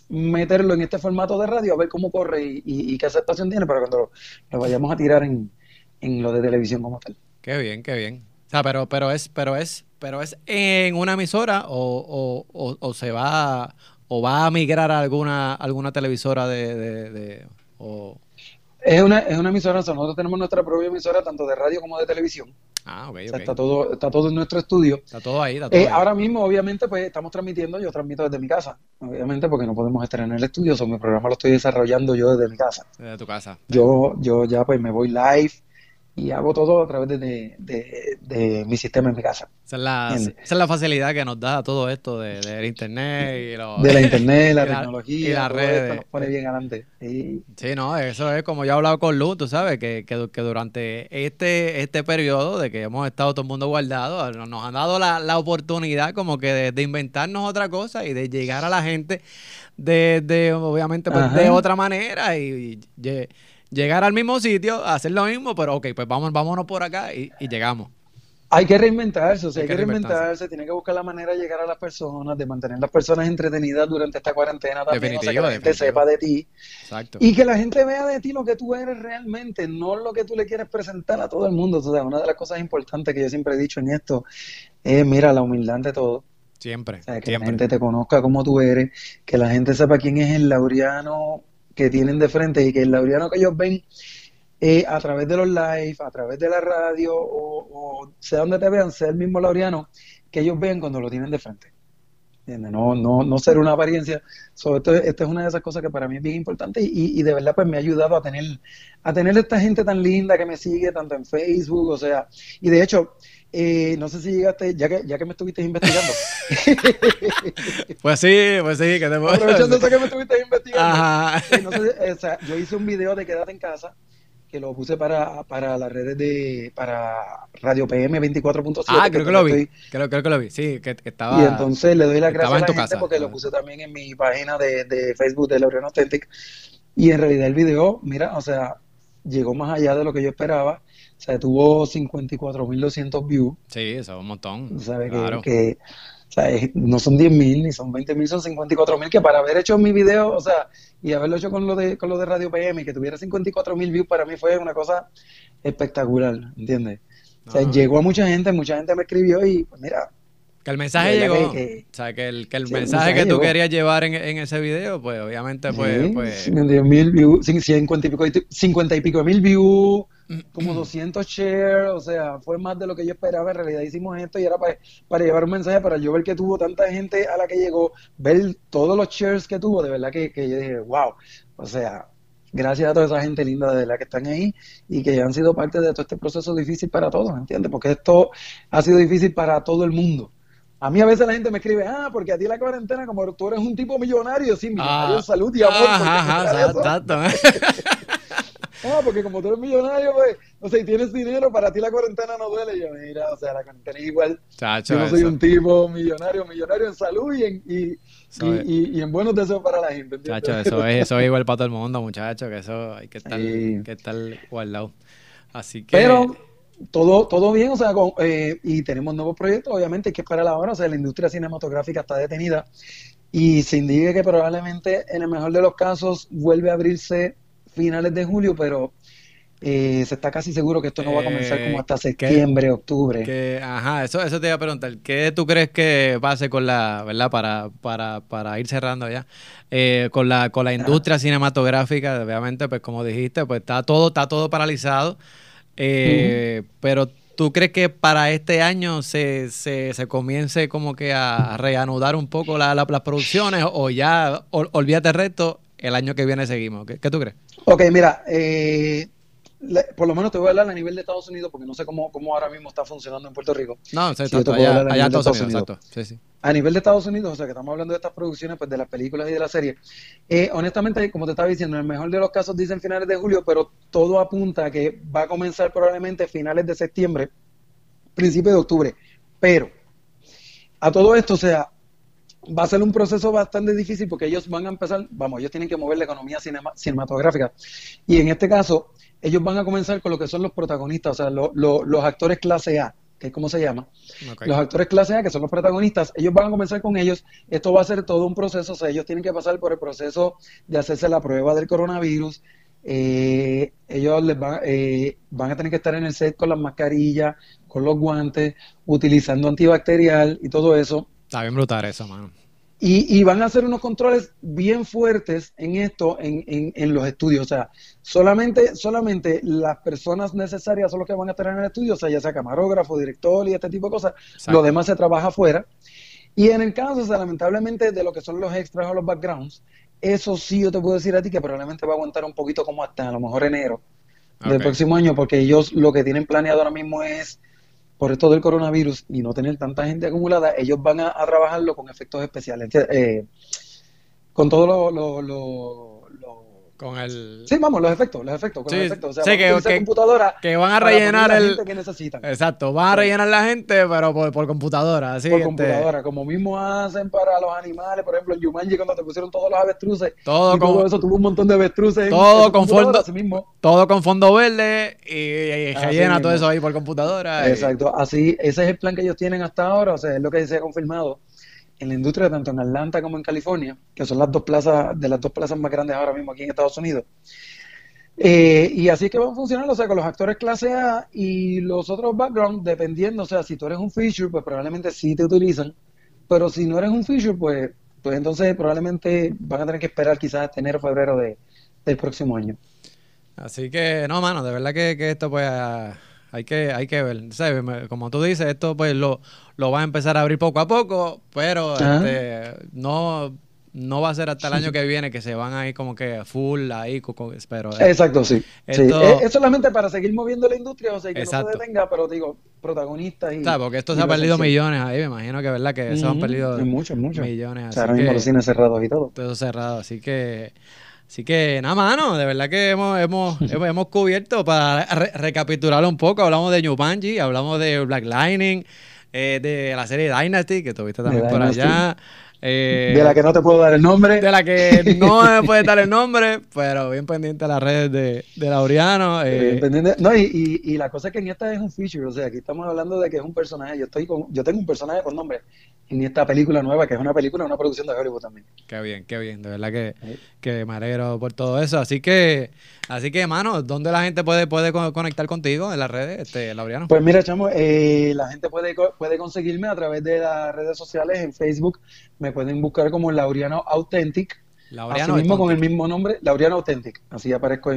Speaker 2: meterlo en este formato de radio a ver cómo corre y qué aceptación tiene para cuando lo vayamos a tirar en lo de televisión como tal.
Speaker 1: Qué bien, qué bien. O sea, pero es en una emisora o se va o va a migrar a alguna televisora o
Speaker 2: Es una emisora, o sea, nosotros tenemos nuestra propia emisora tanto de radio como de televisión.
Speaker 1: ah, ok,
Speaker 2: O sea,
Speaker 1: ok.
Speaker 2: está todo en nuestro estudio.
Speaker 1: Está todo ahí, está todo ahí.
Speaker 2: Ahora mismo, obviamente, pues estamos transmitiendo, yo transmito desde mi casa, obviamente, porque no podemos estar en el estudio, mi programa lo estoy desarrollando yo desde mi casa.
Speaker 1: Desde tu casa.
Speaker 2: Yo ya pues me voy live y hago todo a través de mi sistema en mi casa,
Speaker 1: Esa
Speaker 2: ¿entiendes?
Speaker 1: es la facilidad que nos da todo esto del internet
Speaker 2: De la internet,
Speaker 1: y,
Speaker 2: la
Speaker 1: y
Speaker 2: tecnología,
Speaker 1: las
Speaker 2: todo esto
Speaker 1: redes.
Speaker 2: nos pone bien adelante. Y
Speaker 1: Sí, no, eso es como yo he hablado con Luz, tú sabes, que durante este periodo de que hemos estado todo el mundo guardado, nos han dado la oportunidad como que de inventarnos otra cosa y de llegar a la gente obviamente, pues de
Speaker 2: ajá.
Speaker 1: otra manera y llegar al mismo sitio, hacer lo mismo, pero ok, pues vámonos por acá y llegamos.
Speaker 2: Hay que reinventarse, o sea,
Speaker 1: Hay
Speaker 2: hay
Speaker 1: que
Speaker 2: que
Speaker 1: reinventarse.
Speaker 2: reinventarse, tiene que buscar la manera de llegar a las personas, de mantener las personas entretenidas durante esta cuarentena también, o sea, que
Speaker 1: Definitivo,
Speaker 2: la gente
Speaker 1: definitivo.
Speaker 2: sepa de ti
Speaker 1: Exacto.
Speaker 2: y que la gente vea de ti lo que tú eres realmente, no lo que tú le quieres presentar a todo el mundo. O sea, una de las cosas importantes que yo siempre he dicho en esto es, mira, la humildad ante todo, o
Speaker 1: Siempre,
Speaker 2: sea, que la
Speaker 1: siempre.
Speaker 2: gente te conozca como tú eres, que la gente sepa quién es el Laureano que tienen de frente y que el Laureano que ellos ven a través de los live, a través de la radio o sea donde te vean, sea el mismo Laureano que ellos ven cuando lo tienen de frente. ¿Entiendes? No ser una apariencia. Sobre todo, esta es una de esas cosas que para mí es bien importante y de verdad pues me ha ayudado a tener esta gente tan linda que me sigue tanto en Facebook, o sea, y de hecho, no sé si llegaste, ya que me estuviste investigando,
Speaker 1: Pues sí, que te puedo
Speaker 2: aprovechando
Speaker 1: decir.
Speaker 2: eso que me estuviste investigando,
Speaker 1: Ajá.
Speaker 2: no sé, o sea, yo hice un video de Quédate en casa que lo puse para las redes para Radio PM
Speaker 1: Ah,
Speaker 2: 24.7, que
Speaker 1: creo
Speaker 2: es
Speaker 1: que
Speaker 2: donde
Speaker 1: lo vi.
Speaker 2: estoy.
Speaker 1: Creo que lo vi. Sí, que
Speaker 2: Y
Speaker 1: estaba,
Speaker 2: entonces le doy las
Speaker 1: estaba
Speaker 2: gracias
Speaker 1: en
Speaker 2: a la
Speaker 1: tu
Speaker 2: gente
Speaker 1: casa.
Speaker 2: porque lo puse también en mi página de Facebook de Laureano Authentic. Y en realidad el video, mira, o sea, llegó más allá de lo que yo esperaba. O sea, tuvo 54.200 views.
Speaker 1: Sí, eso es un montón.
Speaker 2: ¿Sabes?
Speaker 1: Claro.
Speaker 2: O sea, no son 10.000 ni son 20.000, son 54.000. Que para haber hecho mi video, o sea, y haberlo hecho con lo de Radio PM y que tuviera 54.000 views, para mí fue una cosa espectacular, ¿entiendes? O
Speaker 1: No,
Speaker 2: sea,
Speaker 1: no.
Speaker 2: llegó a mucha gente me escribió y, pues mira,
Speaker 1: Que el
Speaker 2: de
Speaker 1: mensaje
Speaker 2: verdad
Speaker 1: llegó.
Speaker 2: que,
Speaker 1: O
Speaker 2: que
Speaker 1: sea, que el
Speaker 2: sí, el
Speaker 1: mensaje
Speaker 2: mensaje
Speaker 1: que tú
Speaker 2: llegó.
Speaker 1: querías llevar en ese video, pues obviamente,
Speaker 2: Sí,
Speaker 1: pues
Speaker 2: 50.000 views, 50 y pico mil views, como 200 shares, o sea, fue más de lo que yo esperaba. En realidad hicimos esto y era para llevar un mensaje, para yo ver que tuvo tanta gente a la que llegó, ver todos los shares que tuvo, de verdad que yo dije, wow, o sea, gracias a toda esa gente linda de verdad que están ahí y que han sido parte de todo este proceso difícil para todos, ¿entiendes? Porque esto ha sido difícil para todo el mundo. A mí a veces la gente me escribe, porque a ti la cuarentena, como tú eres un tipo millonario, sí, millonario en
Speaker 1: ah,
Speaker 2: salud y amor, ¿por qué
Speaker 1: ajá,
Speaker 2: negar eso?
Speaker 1: exacto.
Speaker 2: Porque como tú eres millonario, pues, o sea, y tienes dinero, para ti la cuarentena no duele. Y yo, mira, o sea, la cuarentena es igual.
Speaker 1: Chacho,
Speaker 2: Yo no soy un tipo millonario en salud
Speaker 1: eso es,
Speaker 2: y en buenos deseos para la gente,
Speaker 1: chacho,
Speaker 2: ¿entiendes?
Speaker 1: eso es igual para todo el mundo, muchacho, que eso hay
Speaker 2: Y-
Speaker 1: que estar guardado. Así que,
Speaker 2: pero todo bien, o sea, y tenemos nuevos proyectos, obviamente, hay que esperar ahora, o sea, la industria cinematográfica está detenida y se indica que probablemente en el mejor de los casos vuelve a abrirse finales de julio, pero se está casi seguro que esto no va a comenzar como hasta
Speaker 1: ¿qué,
Speaker 2: septiembre, octubre.
Speaker 1: ajá, eso te iba a preguntar, ¿qué tú crees que pase con verdad, para ir cerrando ya, con la
Speaker 2: Ajá.
Speaker 1: industria cinematográfica? Obviamente, pues como dijiste, pues está todo paralizado,
Speaker 2: Ujú.
Speaker 1: pero ¿tú crees que para este año se comience como que a reanudar un poco las producciones o ya olvídate el resto, el año que viene seguimos? ¿Qué tú crees?
Speaker 2: Ok, mira, por lo menos te voy a hablar a nivel de Estados Unidos porque no sé cómo ahora mismo está funcionando en Puerto Rico.
Speaker 1: No, sí,
Speaker 2: Si yo te
Speaker 1: exacto,
Speaker 2: puedo
Speaker 1: allá,
Speaker 2: hablar a
Speaker 1: allá en
Speaker 2: nivel de
Speaker 1: Estados
Speaker 2: Estados
Speaker 1: Unidos,
Speaker 2: Unidos.
Speaker 1: exacto, sí, sí.
Speaker 2: A nivel de Estados Unidos, o sea, que estamos hablando de estas producciones, pues de las películas y de las series. Honestamente, como te estaba diciendo, en el mejor de los casos dicen finales de julio, pero todo apunta a que va a comenzar probablemente finales de septiembre, principio de octubre. Pero a todo esto, o sea, va a ser un proceso bastante difícil porque ellos van a empezar, vamos, ellos tienen que mover la economía cinematográfica. Y en este caso, ellos van a comenzar con lo que son los protagonistas, o sea, los actores clase A. que es como se llama.
Speaker 1: Ok.
Speaker 2: Los actores clase A, que son los protagonistas, ellos van a comenzar con ellos. Esto va a ser todo un proceso, o sea, ellos tienen que pasar por el proceso de hacerse la prueba del coronavirus. Ellos van a tener que estar en el set con las mascarillas, con los guantes, utilizando antibacterial y todo eso.
Speaker 1: Está bien brutal eso, mano.
Speaker 2: Y van a hacer unos controles bien fuertes en esto, en los estudios. O sea, solamente las personas necesarias son los que van a estar en el estudio, o sea, ya sea camarógrafo, director y este tipo de cosas.
Speaker 1: Exacto.
Speaker 2: Lo demás se trabaja afuera. Y en el caso, o sea, lamentablemente, de lo que son los extras o los backgrounds, eso sí yo te puedo decir a ti que probablemente va a aguantar un poquito como hasta a lo mejor enero del
Speaker 1: Ok.
Speaker 2: próximo año, porque ellos lo que tienen planeado ahora mismo es, por esto del coronavirus y no tener tanta gente acumulada, ellos van a trabajarlo con efectos especiales, con todo
Speaker 1: Con el...
Speaker 2: sí, vamos, los efectos, con los
Speaker 1: Sí,
Speaker 2: efectos. O sea,
Speaker 1: sí,
Speaker 2: van a utilizar computadora
Speaker 1: que van a
Speaker 2: para poner
Speaker 1: rellenar
Speaker 2: la
Speaker 1: el...
Speaker 2: gente que necesitan.
Speaker 1: Exacto, van a
Speaker 2: Sí,
Speaker 1: rellenar la gente, pero por computadora, así,
Speaker 2: por computadora, como mismo hacen para los animales, por ejemplo, en Jumanji cuando te pusieron todos los avestruces
Speaker 1: todo
Speaker 2: y todo
Speaker 1: con,
Speaker 2: eso, tuvo un montón de avestruces en
Speaker 1: todo
Speaker 2: esa
Speaker 1: con
Speaker 2: computadora,
Speaker 1: fondo,
Speaker 2: así mismo.
Speaker 1: todo con fondo verde y
Speaker 2: Así
Speaker 1: rellena todo eso
Speaker 2: mismo.
Speaker 1: ahí por computadora.
Speaker 2: Exacto, así, ese es el plan que ellos tienen hasta ahora, o sea, es lo que se ha confirmado en la industria, tanto en Atlanta como en California, que son las dos plazas, de las dos plazas más grandes ahora mismo aquí en Estados Unidos. Y así es que van a funcionar, o sea, con los actores clase A y los otros backgrounds, dependiendo, o sea, si tú eres un feature, pues probablemente sí te utilizan, pero si no eres un feature, pues entonces probablemente van a tener que esperar quizás hasta enero o febrero del próximo año.
Speaker 1: Así que, no, mano, de verdad que esto pues hay que ver. ¿Sabes? Como tú dices, esto pues lo va a empezar a abrir poco a poco, pero
Speaker 2: Ajá.
Speaker 1: no va a ser hasta el año que viene que se van a ir como que full ahí, pero
Speaker 2: Exacto, sí. Sí,
Speaker 1: esto,
Speaker 2: es solamente para seguir moviendo la industria, o sea, y que no se
Speaker 1: exacto.
Speaker 2: detenga, pero digo, protagonistas
Speaker 1: ¿Sabes? Porque esto se
Speaker 2: y
Speaker 1: ha
Speaker 2: lo
Speaker 1: perdido
Speaker 2: esencial.
Speaker 1: millones ahí, me imagino que verdad que se han
Speaker 2: Ujú,
Speaker 1: perdido
Speaker 2: hay muchos, muchos.
Speaker 1: millones,
Speaker 2: O sea,
Speaker 1: así
Speaker 2: ahora mismo los
Speaker 1: que
Speaker 2: cines cerrados y todo.
Speaker 1: todo cerrado, así que nada, mano, de verdad que hemos cubierto para recapitular un poco, hablamos de Jumanji, hablamos de Black Lightning, de la serie Dynasty, que tuviste
Speaker 2: De
Speaker 1: también por
Speaker 2: Dynasty.
Speaker 1: allá,
Speaker 2: De la que no te puedo dar el nombre.
Speaker 1: de la que no me puede dar el nombre, pero bien pendiente a las redes de Laureano.
Speaker 2: Pero bien pendiente. No, y la cosa es que en esta es un feature, o sea, aquí estamos hablando de que es un personaje. Yo tengo un personaje con nombre en esta película nueva, que es una producción de Hollywood también.
Speaker 1: Qué bien, de verdad
Speaker 2: Eh,
Speaker 1: que me alegro por todo eso. Así que, mano, ¿dónde la gente puede conectar contigo en las redes, Laureano?
Speaker 2: Pues mira, chamo, la gente puede conseguirme a través de las redes sociales, en Facebook, me pueden buscar como Laureano Authentic, así
Speaker 1: Laureano
Speaker 2: mismo con el
Speaker 1: Authentic.
Speaker 2: mismo nombre, Laureano Authentic, así aparezco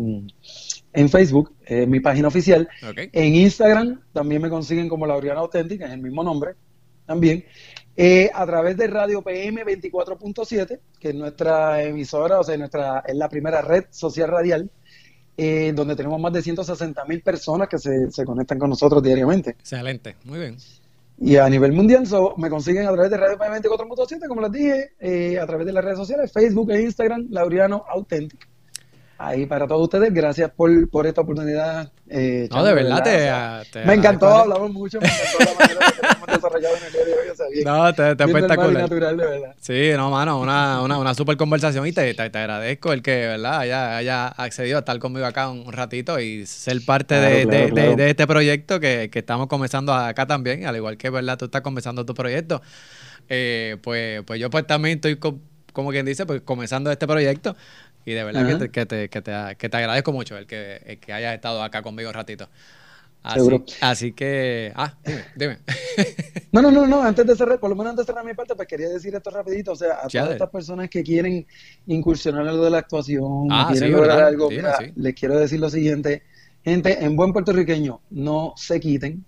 Speaker 2: en Facebook, mi página oficial.
Speaker 1: Ok.
Speaker 2: En Instagram también me consiguen como Laureano Authentic, es el mismo nombre también. A través de Radio PM 24.7, que es nuestra emisora, o sea, es la primera red social radial, donde tenemos más de 160.000 personas que se conectan con nosotros diariamente.
Speaker 1: Excelente, muy bien.
Speaker 2: Y a nivel mundial, me consiguen a través de Radio PM 24.7, como les dije, a través de las redes sociales, Facebook e Instagram, Laureano Authentic. Ahí para todos ustedes, gracias por esta oportunidad,
Speaker 1: No,
Speaker 2: Chamo,
Speaker 1: de
Speaker 2: de
Speaker 1: verdad
Speaker 2: verdad. O sea,
Speaker 1: te
Speaker 2: me
Speaker 1: agradezco
Speaker 2: encantó,
Speaker 1: a ti.
Speaker 2: hablamos mucho, me encantó la manera que tenemos desarrollado en el día de hoy, o sea, bien,
Speaker 1: No, te
Speaker 2: bien normal y
Speaker 1: espectacular.
Speaker 2: natural, de verdad.
Speaker 1: Sí, no, mano, una super conversación y te agradezco el que, ¿verdad? Haya accedido a estar conmigo acá un ratito y ser parte
Speaker 2: Claro, claro, claro.
Speaker 1: de este proyecto que estamos comenzando acá también, al igual que, ¿verdad? Tú estás comenzando tu proyecto. Pues yo pues también estoy, como quien dice, pues comenzando este proyecto y de verdad
Speaker 2: Ajá,
Speaker 1: que te agradezco mucho el que hayas estado acá conmigo un ratito.
Speaker 2: seguro.
Speaker 1: Así que, dime.
Speaker 2: No, antes de cerrar, por lo menos antes de cerrar mi parte, pues quería decir esto rapidito, o sea, a todas
Speaker 1: Chévere.
Speaker 2: estas personas que quieren incursionar en lo de la actuación o
Speaker 1: Sí,
Speaker 2: quieren lograr
Speaker 1: ¿verdad?
Speaker 2: algo,
Speaker 1: Dime,
Speaker 2: mira,
Speaker 1: sí.
Speaker 2: les quiero decir lo siguiente, gente, en buen puertorriqueño, no se quiten,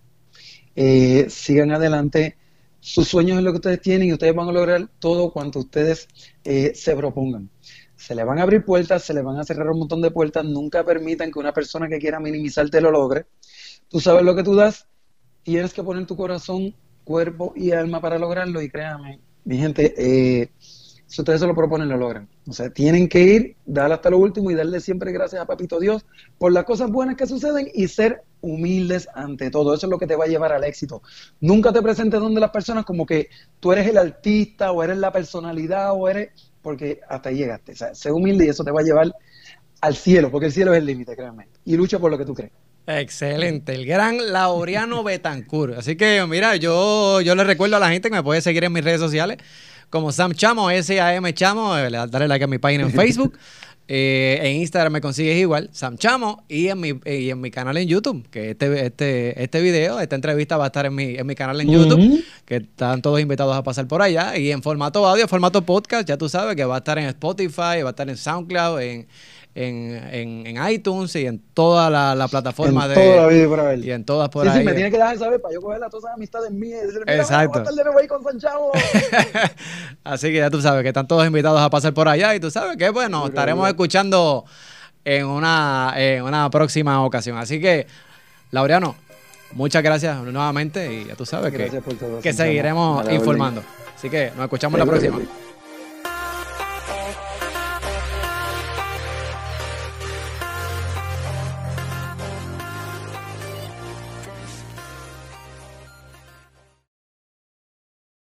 Speaker 2: sigan adelante, sus sueños es lo que ustedes tienen y ustedes van a lograr todo cuanto ustedes se propongan. Se les van a abrir puertas, se les van a cerrar un montón de puertas, nunca permitan que una persona que quiera minimizarte lo logre. Tú sabes lo que tú das, tienes que poner tu corazón, cuerpo y alma para lograrlo y créanme, mi gente, si ustedes se lo proponen, lo logran. O sea, tienen que ir, dar hasta lo último y darle siempre gracias a Papito Dios por las cosas buenas que suceden y ser humildes ante todo. Eso es lo que te va a llevar al éxito. Nunca te presentes donde las personas como que tú eres el artista o eres la personalidad o eres... porque hasta ahí llegaste. O sea, sé humilde y eso te va a llevar al cielo, porque el cielo es el límite, créanme. Y lucha por lo que tú crees.
Speaker 1: Excelente, el gran Laureano Betancourt. Así que, mira, yo le recuerdo a la gente que me puede seguir en mis redes sociales como Sam Chamo, S-A-M Chamo, dale like a mi página en Facebook. En Instagram me consigues igual, Sam Chamo, y en mi canal en YouTube, que este video, esta entrevista va a estar en mi canal en YouTube, que están todos invitados a pasar por allá, y en formato audio, formato podcast, ya tú sabes que va a estar en Spotify, va a estar en SoundCloud, en iTunes y en toda la plataforma
Speaker 2: en toda la vida por haber.
Speaker 1: y en todas por
Speaker 2: Sí,
Speaker 1: ahí.
Speaker 2: sí, me tiene que dejar saber para yo coger todas esas amistades mías y decirle, mira,
Speaker 1: Exacto.
Speaker 2: vamos a estar de nuevo con Sam Chamo.
Speaker 1: Así que ya tú sabes que están todos invitados a pasar por allá y tú sabes que bueno, estaremos escuchando en una próxima ocasión. Así que, Laureano, muchas gracias nuevamente y ya tú sabes
Speaker 2: Gracias por todo,
Speaker 1: que
Speaker 2: Sam Chamo.
Speaker 1: seguiremos
Speaker 2: A la orden.
Speaker 1: informando. Así que nos escuchamos la próxima.